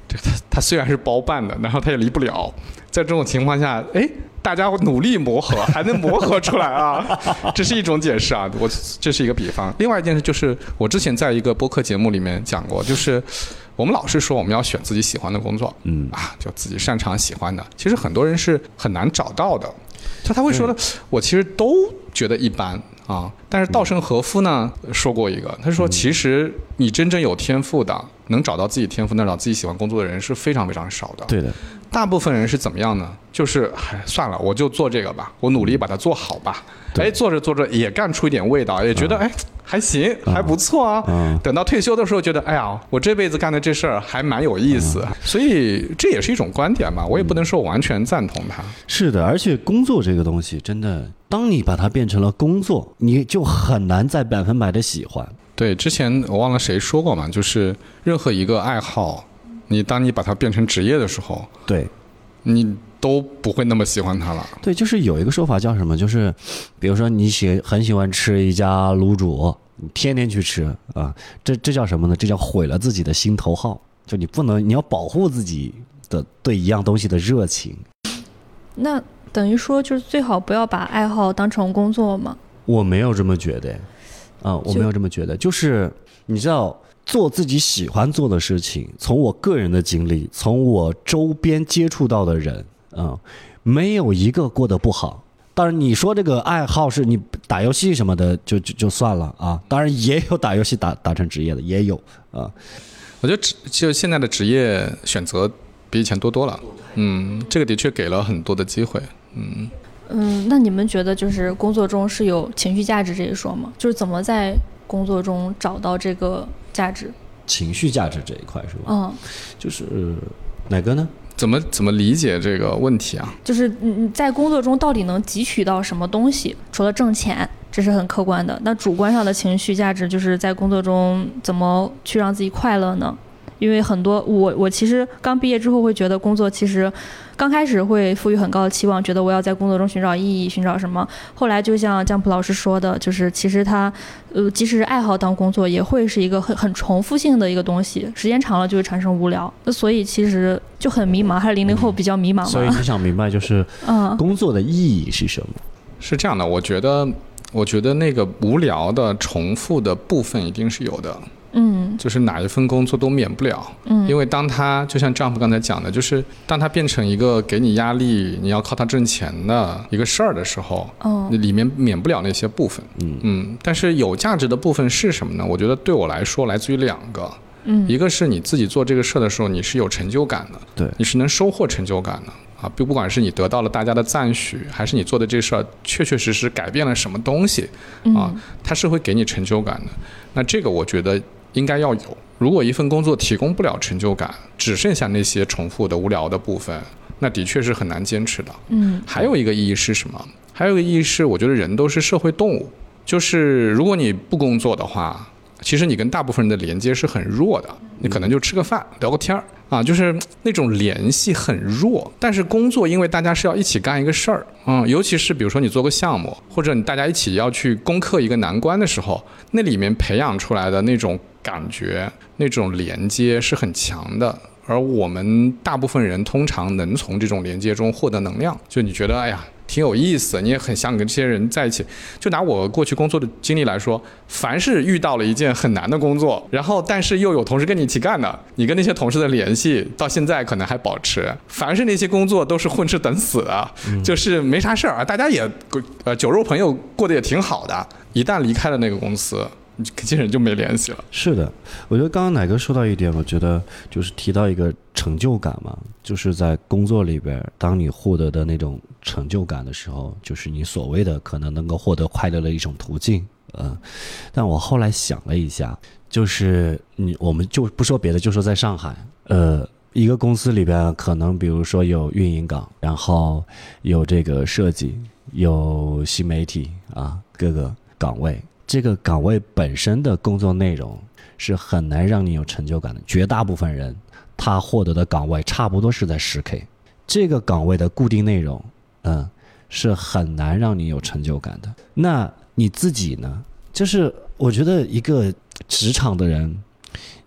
这他他虽然是包办的，然后他也离不了，在这种情况下，哎，大家努力磨合，还能磨合出来啊，这是一种解释啊，我这是一个比方。另外一件事就是，我之前在一个播客节目里面讲过，就是我们老是说我们要选自己喜欢的工作，嗯啊，就自己擅长喜欢的，其实很多人是很难找到的，就他会说的，我其实都觉得一般。啊，但是稻盛和夫呢、嗯、说过一个，他说其实你真正有天赋的，能找到自己天赋，能找到自己喜欢工作的人是非常非常少的。 对的， 大部分人是怎么样呢？就是哎算了，我就做这个吧，我努力把它做好吧。哎，做着做着也干出一点味道，也觉得、嗯、哎还行，还不错啊、嗯。等到退休的时候，觉得哎呀，我这辈子干的这事儿还蛮有意思、嗯，所以这也是一种观点嘛，我也不能说完全赞同它。 是的，而且工作这个东西真的。当你把它变成了工作，你就很难再百分百的喜欢。 对，之前我忘了谁说过嘛，就是任何一个爱好，你当你把它变成职业的时候， 对， 你都不会那么喜欢它了。 对，就是有一个说法叫什么，就是比如说你喜很喜欢吃一家卤煮，你天天去吃啊，这这叫什么呢？这叫毁了自己的心头好。就你不能，你要保护自己的对一样东西的热情。 那等于说就是最好不要把爱好当成工作吗？ 我没有这么觉得啊，我没有这么觉得，就是你知道做自己喜欢做的事情，从我个人的经历，从我周边接触到的人啊、嗯，没有一个过得不好。当然你说这个爱好是你打游戏什么的就就就算了啊，当然也有打游戏打打成职业的也有啊。 我觉得就现在的职业选择比以前多多了，嗯，这个的确给了很多的机会。嗯嗯，那你们觉得就是工作中是有情绪价值这一说吗？就是怎么在工作中找到这个价值？ 情绪价值这一块是吧？ 嗯， 就是哪个呢？ 怎么怎么理解这个问题啊？ 就是你在工作中到底能汲取到什么东西？除了挣钱，这是很客观的。那主观上的情绪价值，就是在工作中怎么去让自己快乐呢？因为很多我我其实刚毕业之后会觉得工作其实刚开始会赋予很高的期望，觉得我要在工作中寻找意义，寻找什么。后来就像江普老师说的，就是其实他呃即使是爱好当工作，也会是一个很很重复性的一个东西，时间长了就会产生无聊。那所以其实就很迷茫，还是零零后比较迷茫嘛。 所以你想明白就是工作的意义是什么？ 嗯、是这样的，我觉得我觉得那个无聊的重复的部分一定是有的。嗯，就是哪一份工作都免不了，嗯，因为当他就像丈夫刚才讲的，就是当他变成一个给你压力，你要靠他挣钱的一个事儿的时候，哦，里面免不了那些部分，嗯嗯，但是有价值的部分是什么呢？我觉得对我来说来自于两个，嗯，一个是你自己做这个事儿的时候，你是有成就感的， 对， 你是能收获成就感的。啊，不管是你得到了大家的赞许，还是你做的这事儿确确实实改变了什么东西，啊，它是会给你成就感的。那这个我觉得应该要有。如果一份工作提供不了成就感，只剩下那些重复的无聊的部分，那的确是很难坚持的。嗯，还有一个意义是什么？还有一个意义是，我觉得人都是社会动物，就是如果你不工作的话，其实你跟大部分人的连接是很弱的，你可能就吃个饭聊个天儿啊，就是那种联系很弱。但是工作因为大家是要一起干一个事儿，嗯，尤其是比如说你做个项目，或者你大家一起要去攻克一个难关的时候，那里面培养出来的那种感觉，那种连接是很强的。而我们大部分人通常能从这种连接中获得能量，就你觉得哎呀挺有意思，你也很想跟这些人在一起。就拿我过去工作的经历来说，凡是遇到了一件很难的工作，然后但是又有同事跟你一起干的，你跟那些同事的联系到现在可能还保持。凡是那些工作都是混吃等死啊、嗯、就是没啥事儿啊，大家也呃酒肉朋友过得也挺好的。一旦离开了那个公司，这些人就没联系了。 是的，我觉得刚刚乃哥说到一点，我觉得就是提到一个成就感嘛，就是在工作里边，当你获得的那种成就感的时候，就是你所谓的可能能够获得快乐的一种途径。呃，但我后来想了一下，就是你我们就不说别的，就说在上海，呃，一个公司里边可能比如说有运营岗，然后有这个设计，有新媒体啊，各个岗位。这个岗位本身的工作内容是很难让你有成就感的，绝大部分人他获得的岗位差不多是在 十K， 这个岗位的固定内容嗯，是很难让你有成就感的。那你自己呢？就是我觉得一个职场的人，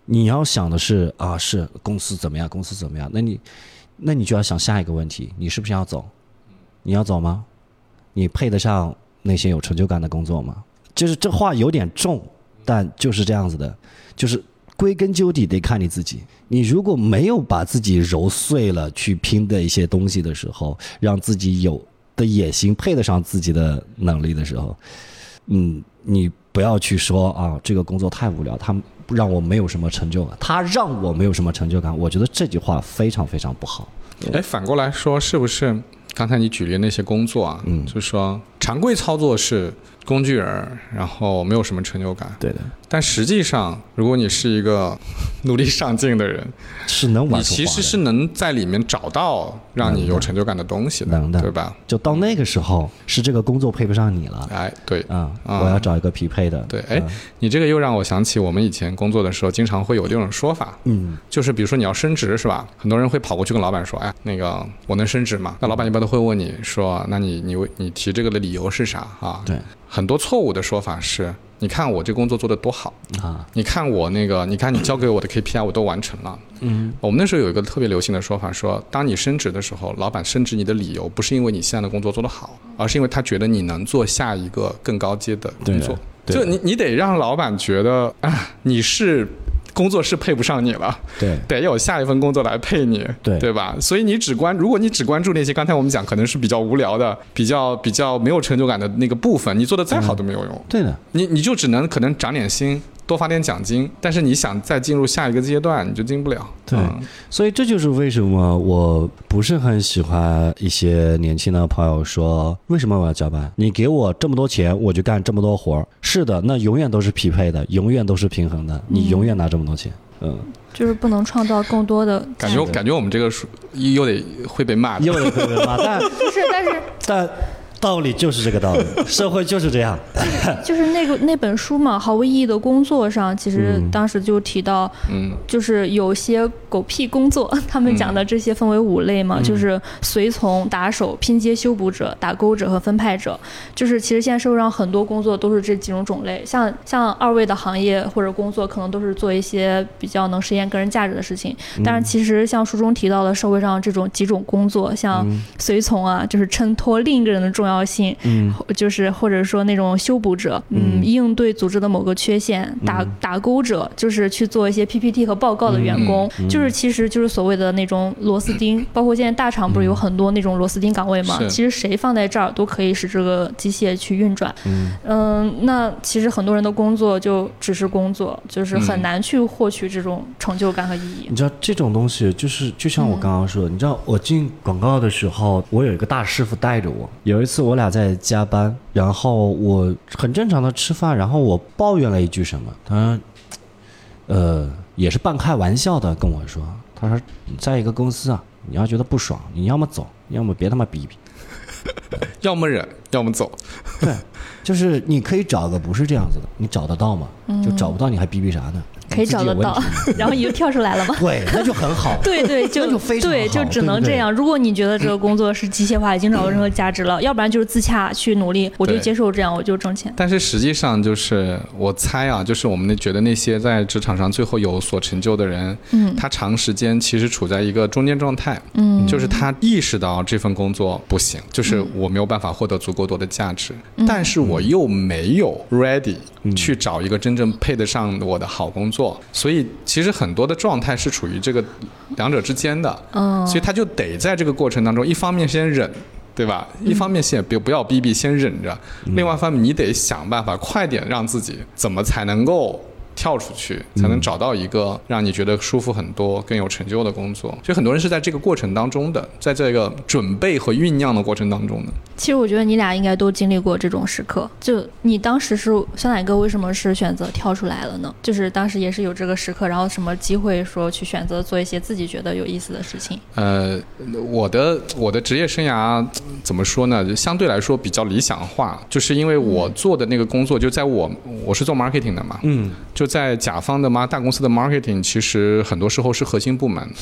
你要想的是啊，是公司怎么样，公司怎么样？那你，那你就要想下一个问题，你是不是要走？你要走吗？你配得上那些有成就感的工作吗？就是这话有点重，但就是这样子的，就是归根究底得看你自己。你如果没有把自己揉碎了去拼的一些东西的时候，让自己有的野心配得上自己的能力的时候，嗯，你不要去说啊，这个工作太无聊，他让我没有什么成就感，他让我没有什么成就感，我觉得这句话非常非常不好。 哎，反过来说，是不是刚才你举例那些工作啊，嗯，就是说常规操作是工具人，然后没有什么成就感， 对的。 但实际上，如果你是一个努力上进的人， 是能玩出花的， 你其实是能在里面找到让你有成就感的东西的， 能的， 对吧？ 就到那个时候，是这个工作配不上你了。 哎，对， 啊、嗯，我要找一个匹配的。 对，哎、嗯，你这个又让我想起我们以前工作的时候，经常会有这种说法，嗯，就是比如说你要升职是吧？很多人会跑过去跟老板说，哎，那个我能升职吗？那老板一般都会问你说，那你你你提这个的理由是啥啊？ 对， 很多错误的说法是，你看我这工作做得多好啊！你看我那个，你看你交给我的 K P I 我都完成了。嗯，我们那时候有一个特别流行的说法说，当你升职的时候，老板升职你的理由不是因为你现在的工作做得好，而是因为他觉得你能做下一个更高阶的工作。就你你得让老板觉得啊，你是。工作是配不上你了， 对， 得有下一份工作来配你， 对， 对吧？所以你只关，如果你只关注那些刚才我们讲可能是比较无聊的、比较比较没有成就感的那个部分，你做的再好都没有用。嗯、 对的， 你你就只能可能涨点薪，多发点奖金，但是你想再进入下一个阶段，你就进不了。 对， 嗯、 所以这就是为什么我不是很喜欢一些年轻的朋友说，为什么我要加班？你给我这么多钱，我就干这么多活。是的，那永远都是匹配的，永远都是平衡的，你永远拿这么多钱。嗯， 就是不能创造更多的感觉，感觉我们这个又得会被骂的， 又得会被骂，但不是，但是但道理就是这个道理，社会就是这样。 就是那个那本书嘛，毫无意义的工作上，其实当时就提到，嗯，就是有些狗屁工作，他们讲的这些分为五类嘛，嗯、就是随从、打手、拼接修补者、打勾者和分派者。就是其实现在社会上很多工作都是这几种种类，像像二位的行业或者工作，可能都是做一些比较能实现个人价值的事情。但是其实像书中提到的社会上这种几种工作，像随从啊，就是衬托另一个人的重要性，嗯，就是或者说那种修补者，嗯，应对组织的某个缺陷，打打勾者就是去做一些 P P T 和报告的员工，嗯嗯、就是其实就是所谓的那种螺丝钉，包括现在大厂不是有很多那种螺丝钉岗位吗？嗯、其实谁放在这儿都可以使这个机械去运转。嗯、呃，那其实很多人的工作就只是工作，就是很难去获取这种成就感和意义。 你知道这种东西就是就像我刚刚说的，嗯、你知道我进广告的时候，我有一个大师傅带着我，有一次我俩在加班，然后我很正常的吃饭，然后我抱怨了一句什么，他呃也是半开玩笑的跟我说，他说在一个公司啊，你要觉得不爽，你要么走，要么别他妈逼逼， 要么忍，要么走。 对，就是你可以找个不是这样子的，你找得到吗？嗯、就找不到你还逼逼啥呢？ 可以找得到，然后你就跳出来了吗？ 对，那就很好。 对对，就就非常好， 对，就只能这样。 对对， 如果你觉得这个工作是机械化，已经找到任何价值了，要不然就是自洽去努力，我就接受这样，我就挣钱。 但是实际上就是我猜啊，就是我们觉得那些在职场上最后有所成就的人，嗯，他长时间其实处在一个中间状态，嗯，就是他意识到这份工作不行，就是我没有办法获得足够多的价值，嗯、但是我又没有 ready、嗯、去找一个真正配得上我的好工作，所以其实很多的状态是处于这个两者之间的，嗯，所以他就得在这个过程当中，一方面先忍，对吧？一方面先不要逼逼，先忍着；嗯、另外一方面，你得想办法快点让自己怎么才能够跳出去，才能找到一个让你觉得舒服很多、更有成就的工作。所以很多人是在这个过程当中的，在这个准备和酝酿的过程当中的。 其实我觉得你俩应该都经历过这种时刻。就你当时是小奶哥，为什么是选择跳出来了呢？就是当时也是有这个时刻，然后什么机会说去选择做一些自己觉得有意思的事情？呃， 我的我的职业生涯怎么说呢？相对来说比较理想化，就是因为我做的那个工作就在我我是做 marketing 的嘛，嗯，就在甲方的嘛大公司的 marketing， 其实很多时候是核心部门。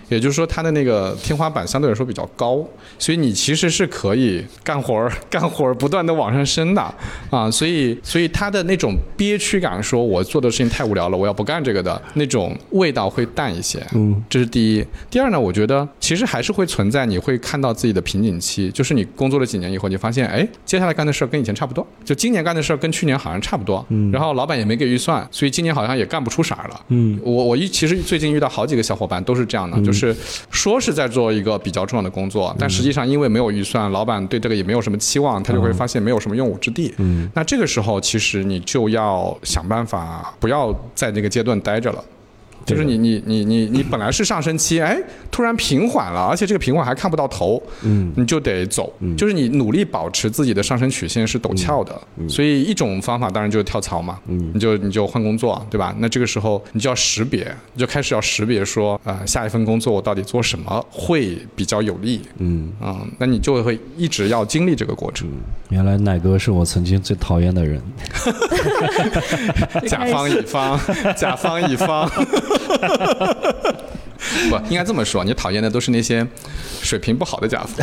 也就是说它的那个天花板相对来说比较高，所以你其实是可以干活儿干活儿不断的往上升的啊，所以所以它的那种憋屈感，说我做的事情太无聊了，我要不干这个的那种味道会淡一些。嗯，这是第一。第二呢，我觉得其实还是会存在，你会看到自己的瓶颈期，就是你工作了几年以后，你发现哎，接下来干的事跟以前差不多，就今年干的事跟去年好像差不多，嗯，然后老板也没给预算，所以今年好像也干不出啥了。嗯，我我一其实最近遇到好几个小伙伴都是这样的，嗯，就是说是在做一个比较重要的工作，但实际上因为没有预算，老板对这个也没有什么期望，他就会发现没有什么用武之地。嗯，那这个时候其实你就要想办法不要在这个阶段待着了。就是你你你你你本来是上升期，哎，突然平缓了，而且这个平缓还看不到头，嗯，你就得走，嗯，就是你努力保持自己的上升曲线是陡峭的，嗯，所以一种方法当然就是跳槽嘛，嗯，你就你就换工作，对吧？那这个时候你就要识别，你就开始要识别说，呃，下一份工作我到底做什么会比较有利，嗯啊，嗯，那你就会一直要经历这个过程。嗯， 原来奶哥是我曾经最讨厌的人， 甲方乙方，甲方乙方。不应该这么说，你讨厌的都是那些水平不好的甲方。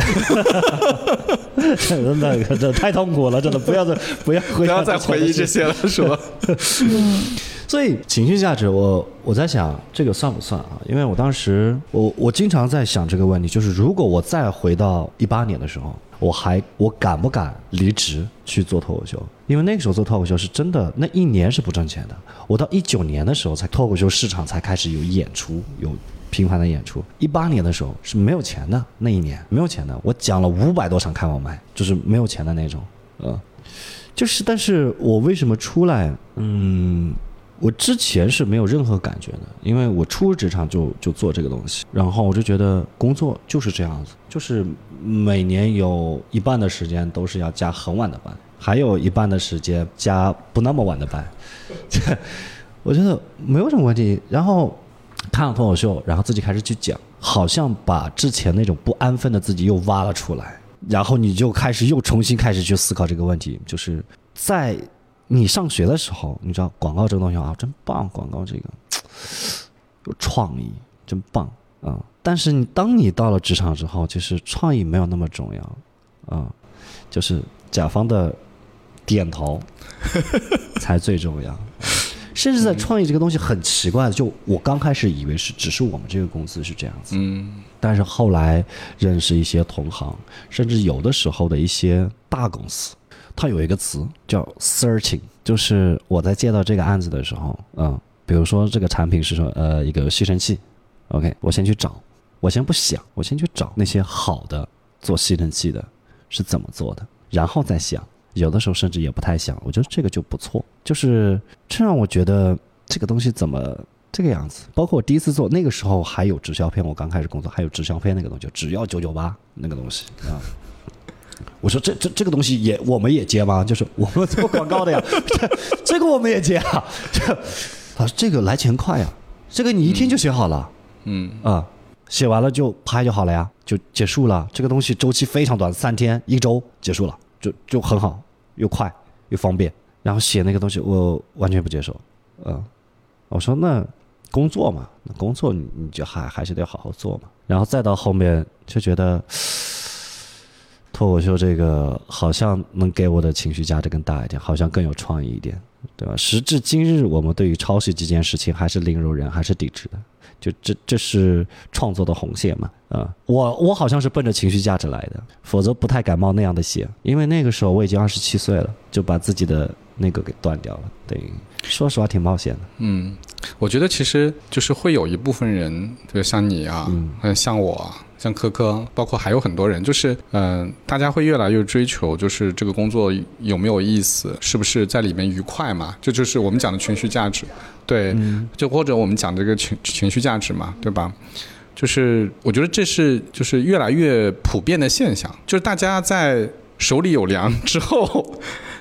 真的，这太痛苦了，真的不要再不要不要再回忆这些了，是吧？ 所以情绪价值我，我我在想这个算不算啊？因为我当时我我经常在想这个问题，就是如果我再回到一八年的时候，我还我敢不敢离职去做脱口秀？因为那个时候做脱口秀是真的，那一年是不挣钱的。我到一九年的时候，才脱口秀市场才开始有演出，有频繁的演出。一八年的时候是没有钱的，那一年没有钱的。我讲了五百多场开放麦，就是没有钱的那种，呃，就是，但是我为什么出来？嗯。我之前是没有任何感觉的，因为我初入职场就就做这个东西，然后我就觉得工作就是这样子，就是每年有一半的时间都是要加很晚的班，还有一半的时间加不那么晚的班，我觉得没有什么问题。然后看了脱口秀，然后自己开始去讲，好像把之前那种不安分的自己又挖了出来，然后你就开始又重新开始去思考这个问题，就是在你上学的时候，你知道广告这个东西啊，真棒，广告这个有创意，真棒啊、嗯！但是你当你到了职场之后，其实创意没有那么重要啊、嗯，就是甲方的点头才最重要。甚至在创意这个东西很奇怪的，就我刚开始以为是只是我们这个公司是这样子，嗯，但是后来认识一些同行，甚至有的时候的一些大公司。它有一个词叫 searching， 就是我在接到这个案子的时候，嗯，比如说这个产品是说呃一个吸尘器 ，OK， 我先去找，我先不想，我先去找那些好的做吸尘器的是怎么做的，然后再想，有的时候甚至也不太想，我觉得这个就不错，就是这让我觉得这个东西怎么这个样子。包括我第一次做那个时候还有直销片，我刚开始工作还有直销片那个东西，只要九九八那个东西啊。我说这这这个东西也我们也接吗？就是我们做广告的呀，这这个我们也接啊。这他说这个来钱快呀，这个你一天就写好了，嗯啊，写完了就拍就好了呀，就结束了。这个东西周期非常短，三天一周结束了，就就很好，又快又方便。然后写那个东西我完全不接受，嗯，我说那工作嘛，那工作你你就还还是得好好做嘛。然后再到后面就觉得。脱口秀这个好像能给我的情绪价值更大一点，好像更有创意一点，对吧？时至今日，我们对于抄袭这件事情还是零容忍，还是抵制的。就这这是创作的红线嘛？啊、呃，我我好像是奔着情绪价值来的，否则不太敢冒那样的险。因为那个时候我已经二十七岁了，就把自己的那个给断掉了。对，说实话挺冒险的。 嗯，我觉得其实就是会有一部分人，就像你啊，嗯，像我啊。像科科，包括还有很多人，就是嗯、呃，大家会越来越追求，就是这个工作有没有意思，是不是在里面愉快嘛？这就是我们讲的情绪价值，对，嗯、就或者我们讲这个情情绪价值嘛，对吧？就是我觉得这是就是越来越普遍的现象，就是大家在手里有粮之后，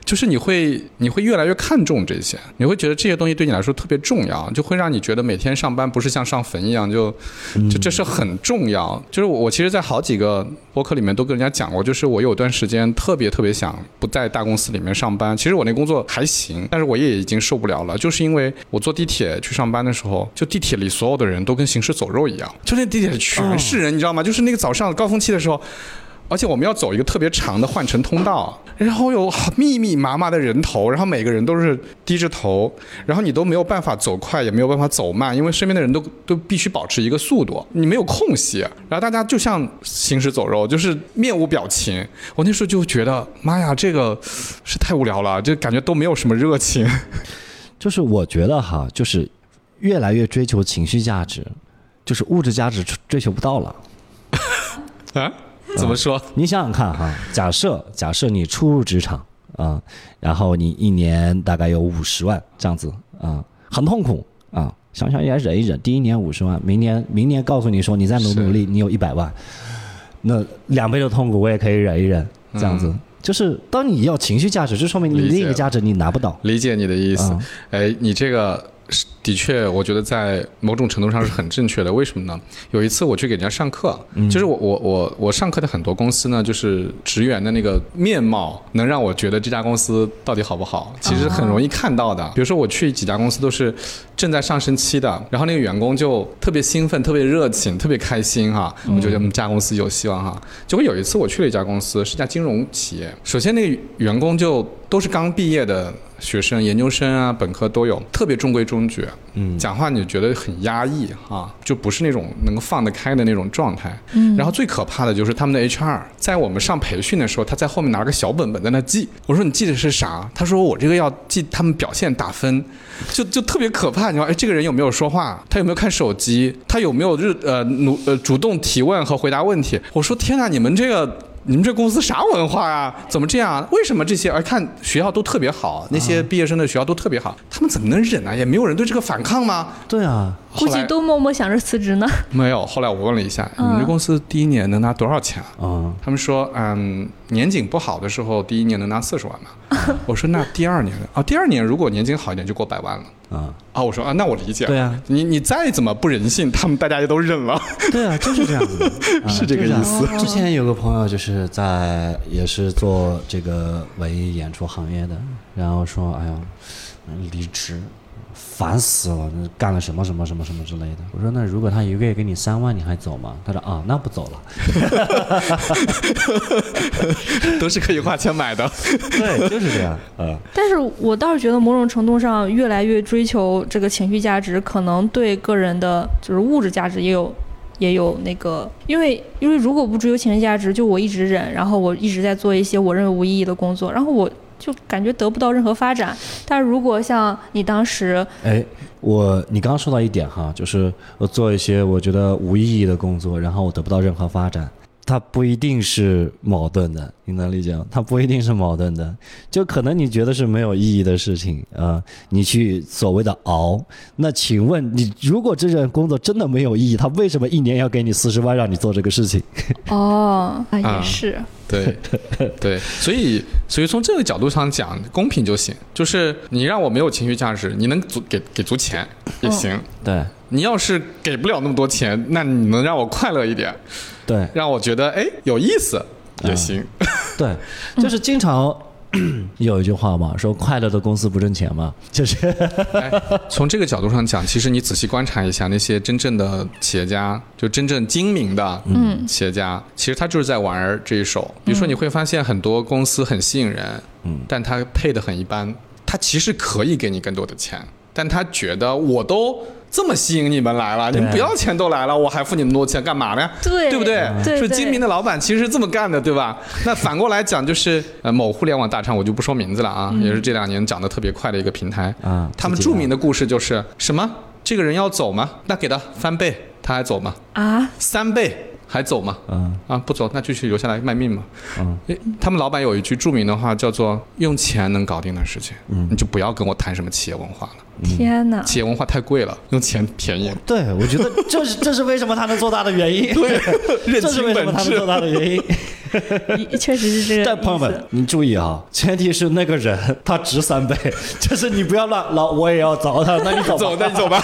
就是你会你会越来越看重这些，你会觉得这些东西对你来说特别重要，就会让你觉得每天上班不是像上坟一样，就就这是很重要。就是我我其实在好几个播客里面都跟人家讲过，就是我有段时间特别特别想不在大公司里面上班，其实我那工作还行，但是我也已经受不了了，就是因为我坐地铁去上班的时候，就地铁里所有的人都跟行尸走肉一样，就那地铁全是人、哦、你知道吗？就是那个早上高峰期的时候，而且我们要走一个特别长的换乘通道，然后有密密麻麻的人头，然后每个人都是低着头，然后你都没有办法走快，也没有办法走慢，因为身边的人都都必须保持一个速度，你没有空隙，然后大家就像行尸走肉，就是面无表情。我那时候就觉得，妈呀，这个是太无聊了，就感觉都没有什么热情。 就是我觉得哈，就是越来越追求情绪价值，就是物质价值追求不到了。 啊？怎么说、 嗯、你想想看哈，假设假设你初入职场啊、嗯，然后你一年大概有五十万这样子啊、嗯，很痛苦啊，想想也忍一忍，第一年五十万，明年明年告诉你说你再努努力，你有一百万，那两倍的痛苦我也可以忍一忍，这样子、嗯、就是当你要情绪价值，就说明你另一个价值你拿不到。 理解你的意思，嗯、哎，你这个。的确我觉得在某种程度上是很正确的。为什么呢？有一次我去给人家上课、嗯、就是我我我我上课的很多公司呢，就是职员的那个面貌能让我觉得这家公司到底好不好，其实很容易看到的、哦、比如说我去几家公司都是正在上升期的，然后那个员工就特别兴奋，特别热情，特别开心哈，我觉得我们这家公司有希望哈。结果有一次我去了一家公司，是一家金融企业，首先那个员工就都是刚毕业的学生，研究生啊本科都有，特别中规中矩，嗯，讲话你觉得很压抑哈，就不是那种能够放得开的那种状态。嗯，然后最可怕的就是他们的 H R 在我们上培训的时候，他在后面拿了个小本本在那记。我说你记的是啥？他说我这个要记他们表现打分，就就特别可怕。你说哎，这个人有没有说话？他有没有看手机？他有没有日呃努呃主动提问和回答问题？我说天哪，你们这个。你们这公司啥文化啊？怎么这样？为什么这些？而看学校都特别好，那些毕业生的学校都特别好，他们怎么能忍啊？也没有人对这个反抗吗？ 对啊， 估计都默默想着辞职呢。 没有，后来我问了一下，嗯、你们这公司第一年能拿多少钱啊？ 嗯、 他们说，嗯，年景不好的时候，第一年能拿四十万嘛。我说那第二年啊，第二年如果年景好一点，就过百万了。啊啊！我说啊，那我理解了。 对啊， 你你再怎么不人性，他们大家也都认了。 对啊，就是这样子的， 啊、是这个意思。 之前有个朋友就是在也是做这个文艺演出行业的，然后说，哎呀，离职。烦死了，干了什么什么什么什么之类的。我说那如果他一个月给你三万，你还走吗？他说啊，那不走了。 都是可以花钱买的。 对，就是这样。呃， 但是我倒是觉得某种程度上，越来越追求这个情绪价值，可能对个人的就是物质价值也有。也有那个，因为因为如果不追求情绪价值，就我一直忍，然后我一直在做一些我认为无意义的工作，然后我就感觉得不到任何发展。但是如果像你当时， 哎，我你刚刚说到一点哈，就是我做一些我觉得无意义的工作，然后我得不到任何发展，它不一定是矛盾的，你能理解吗？它不一定是矛盾的，就可能你觉得是没有意义的事情啊、呃，你去所谓的熬，那请问你如果这件工作真的没有意义，他为什么一年要给你四十万让你做这个事情？ 哦，啊也是， 啊、对对，所以所以从这个角度上讲，公平就行，就是你让我没有情绪价值，你能足给给足钱也行，哦、 对。 你要是给不了那么多钱，那你能让我快乐一点， 对， 让我觉得哎有意思也行。 嗯、对，就是经常有一句话嘛，说快乐的公司不挣钱嘛，就是哎。从这个角度上讲，其实你仔细观察一下那些真正的企业家，就真正精明的企业家，嗯、其实他就是在玩这一手。比如说你会发现很多公司很吸引人，嗯，但他配的很一般，他其实可以给你更多的钱，但他觉得我都。这么吸引你们来了，你们不要钱都来了，我还付你们多钱干嘛呢？ 对， 对不对？ 对， 说精明的老板其实是这么干的，对吧？那反过来讲，就是呃某互联网大厂，我就不说名字了啊，嗯、也是这两年涨得特别快的一个平台啊。他们著名的故事就是什么？这个人要走吗？那给他翻倍，他还走吗？啊，三倍。还走吗？嗯啊，不走，那继续留下来卖命嘛。嗯，他们老板有一句著名的话，叫做“用钱能搞定的事情”，嗯，你就不要跟我谈什么企业文化了。 天哪， 企业文化太贵了，用钱便宜。 对，我觉得这是这是为什么他能做大的原因。 对， 这是为什么他能做大的原因。 确实是这个。 但朋友们，您注意啊，前提是那个人他值三倍，就是你不要乱老我也要找他，那你走吧走，那你走吧。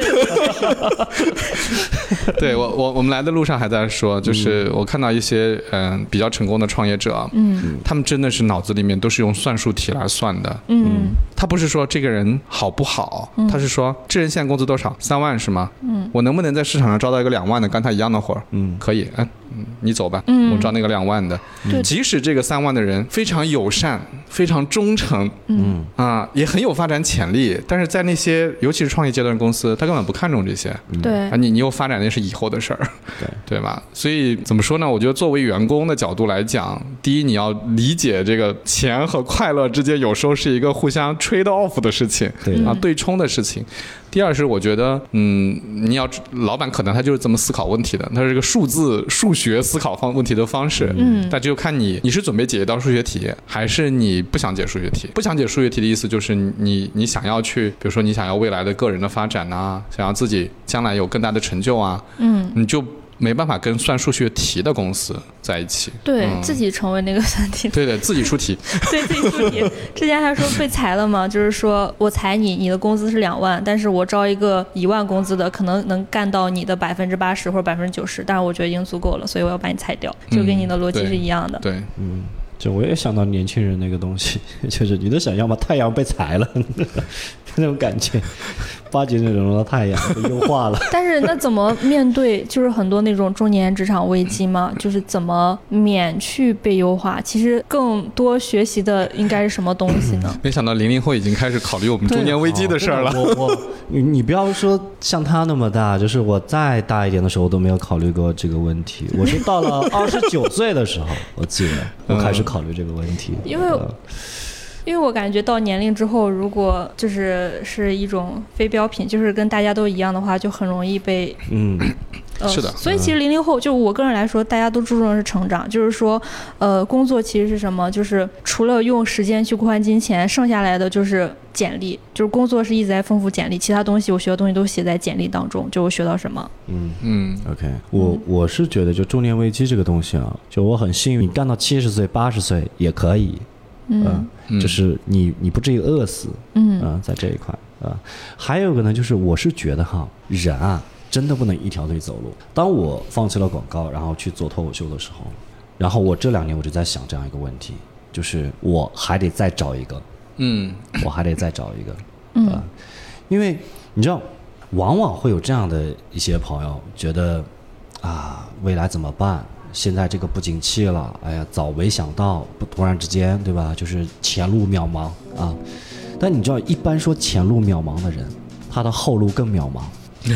对我我我们来的路上还在说，就是我看到一些嗯、呃、比较成功的创业者，嗯，他们真的是脑子里面都是用算术题来算的，嗯，他不是说这个人好不好，嗯、他是说这人现在工资多少，三万是吗？嗯，我能不能在市场上招到一个两万的跟他一样的活儿？嗯，可以，嗯、嗯，你走吧，嗯，我招那个两万的，嗯、即使这个三万的人非常友善，非常忠诚，嗯啊，也很有发展潜力，但是在那些尤其是创业阶段的公司，他根本不看重这些， 对啊，你你有发展那是以后的事儿，对对吧？所以怎么说呢？我觉得作为员工的角度来讲，第一你要理解这个钱和快乐之间有时候是一个互相 trade off 的事情，对啊，对冲的事情。第二是我觉得，嗯，你要老板可能他就是这么思考问题的，他是个数字数学思考方问题的方式，嗯，但就看你你是准备解一道数学题，还是你不想解数学题。不想解数学题的意思就是你你想要去，比如说你想要未来的个人的发展啊，想要自己将来有更大的成就啊，嗯，你就没办法跟算数学题的公司在一起， 对、嗯、自己成为那个算题， 对对，自己出题， 对自己出题。之前还说被裁了嘛，就是说我裁你，你的工资是两万，但是我招一个一万工资的，可能能干到你的百分之八十或者百分之九十，但是我觉得已经足够了，所以我要把你裁掉，就跟你的逻辑是一样的。 嗯、对，对嗯。就我也想到年轻人那个东西，就是你都想要吗？太阳被裁了那种感觉，八九那种的太阳被优化了。 但是那怎么面对就是很多那种中年职场危机嘛？就是怎么免去被优化？其实更多学习的应该是什么东西呢？ 没想到零零后已经开始考虑我们中年危机的事儿了。 我我你你不要说像他那么大，就是我再大一点的时候都没有考虑过这个问题。我是到了二十九岁的时候，我记得我开始考虑这个问题， 因为。呃因为我感觉到年龄之后，如果就是是一种非标品，就是跟大家都一样的话，就很容易被嗯， 呃、 是的。 所以其实零零后，就我个人来说，大家都注重的是成长，就是说，呃，工作其实是什么？就是除了用时间去换金钱，剩下来的就是简历，就是工作是一直在丰富简历，其他东西我学的东西都写在简历当中，就我学到什么。 嗯嗯 ，OK， 我我是觉得就中年危机这个东西啊，就我很幸运，你干到七十岁、八十岁也可以。嗯、呃，就是你你不至于饿死，嗯、呃，在这一块啊、呃，还有一个呢，就是我是觉得哈，人啊，真的不能一条腿走路。当我放弃了广告，然后去做脱口秀的时候，然后我这两年我就在想这样一个问题，就是我还得再找一个，嗯，我还得再找一个，嗯、呃，因为你知道，往往会有这样的一些朋友觉得啊，未来怎么办？现在这个不景气了，哎呀，早没想到，不突然之间，对吧？就是前路渺茫啊！但你知道，一般说前路渺茫的人，他的后路更渺茫，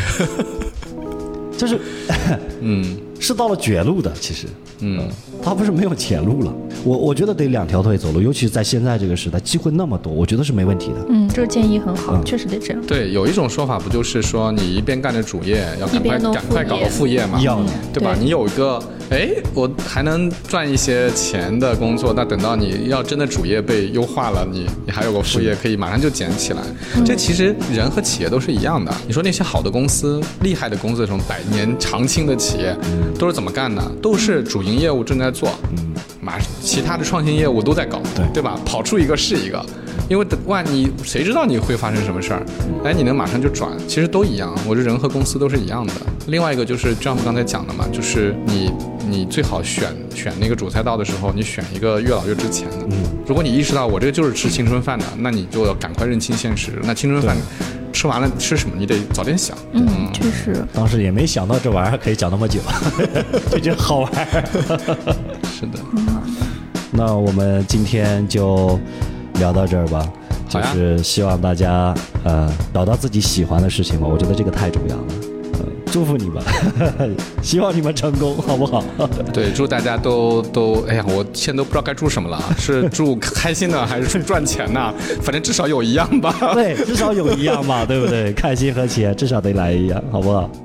就是，嗯，是到了绝路的，其实，嗯，呃、他不是没有前路了。我我觉得得两条腿走路，尤其是在现在这个时代，机会那么多，我觉得是没问题的。 嗯，这个建议很好，嗯、确实得这样。 对，有一种说法不就是说，你一边干着主业，要赶快赶快搞个副业嘛？ 要的， 对吧？对，你有一个。哎，我还能赚一些钱的工作，那等到你要真的主业被优化了，你你还有个副业可以马上就捡起来。这其实人和企业都是一样的。你说那些好的公司、厉害的公司，这种百年长青的企业，都是怎么干的？都是主营业务正在做，嗯，马其他的创新业务都在搞，对对吧？跑出一个是一个。因为万你谁知道你会发生什么事儿？哎，你能马上就转，其实都一样。我觉得人和公司都是一样的。另外一个就是 John 刚才讲的嘛，就是你你最好选选那个主赛道的时候，你选一个越老越值钱的。嗯，如果你意识到我这个就是吃青春饭的，那你就要赶快认清现实。那青春饭吃完了吃什么？你得早点想。 嗯，确实。 当时也没想到这玩意儿可以讲那么久，这就好玩。 是的。 嗯， 那我们今天就聊到这儿吧，就是希望大家呃找到自己喜欢的事情吧，我觉得这个太重要了。呃、祝福你们，希望你们成功，好不好？ 对，祝大家都都，哎呀，我现在都不知道该祝什么了，是祝开心呢，还是祝赚钱呢？反正至少有一样吧。 对，至少有一样嘛，对不对？开心和钱至少得来一样，好不好？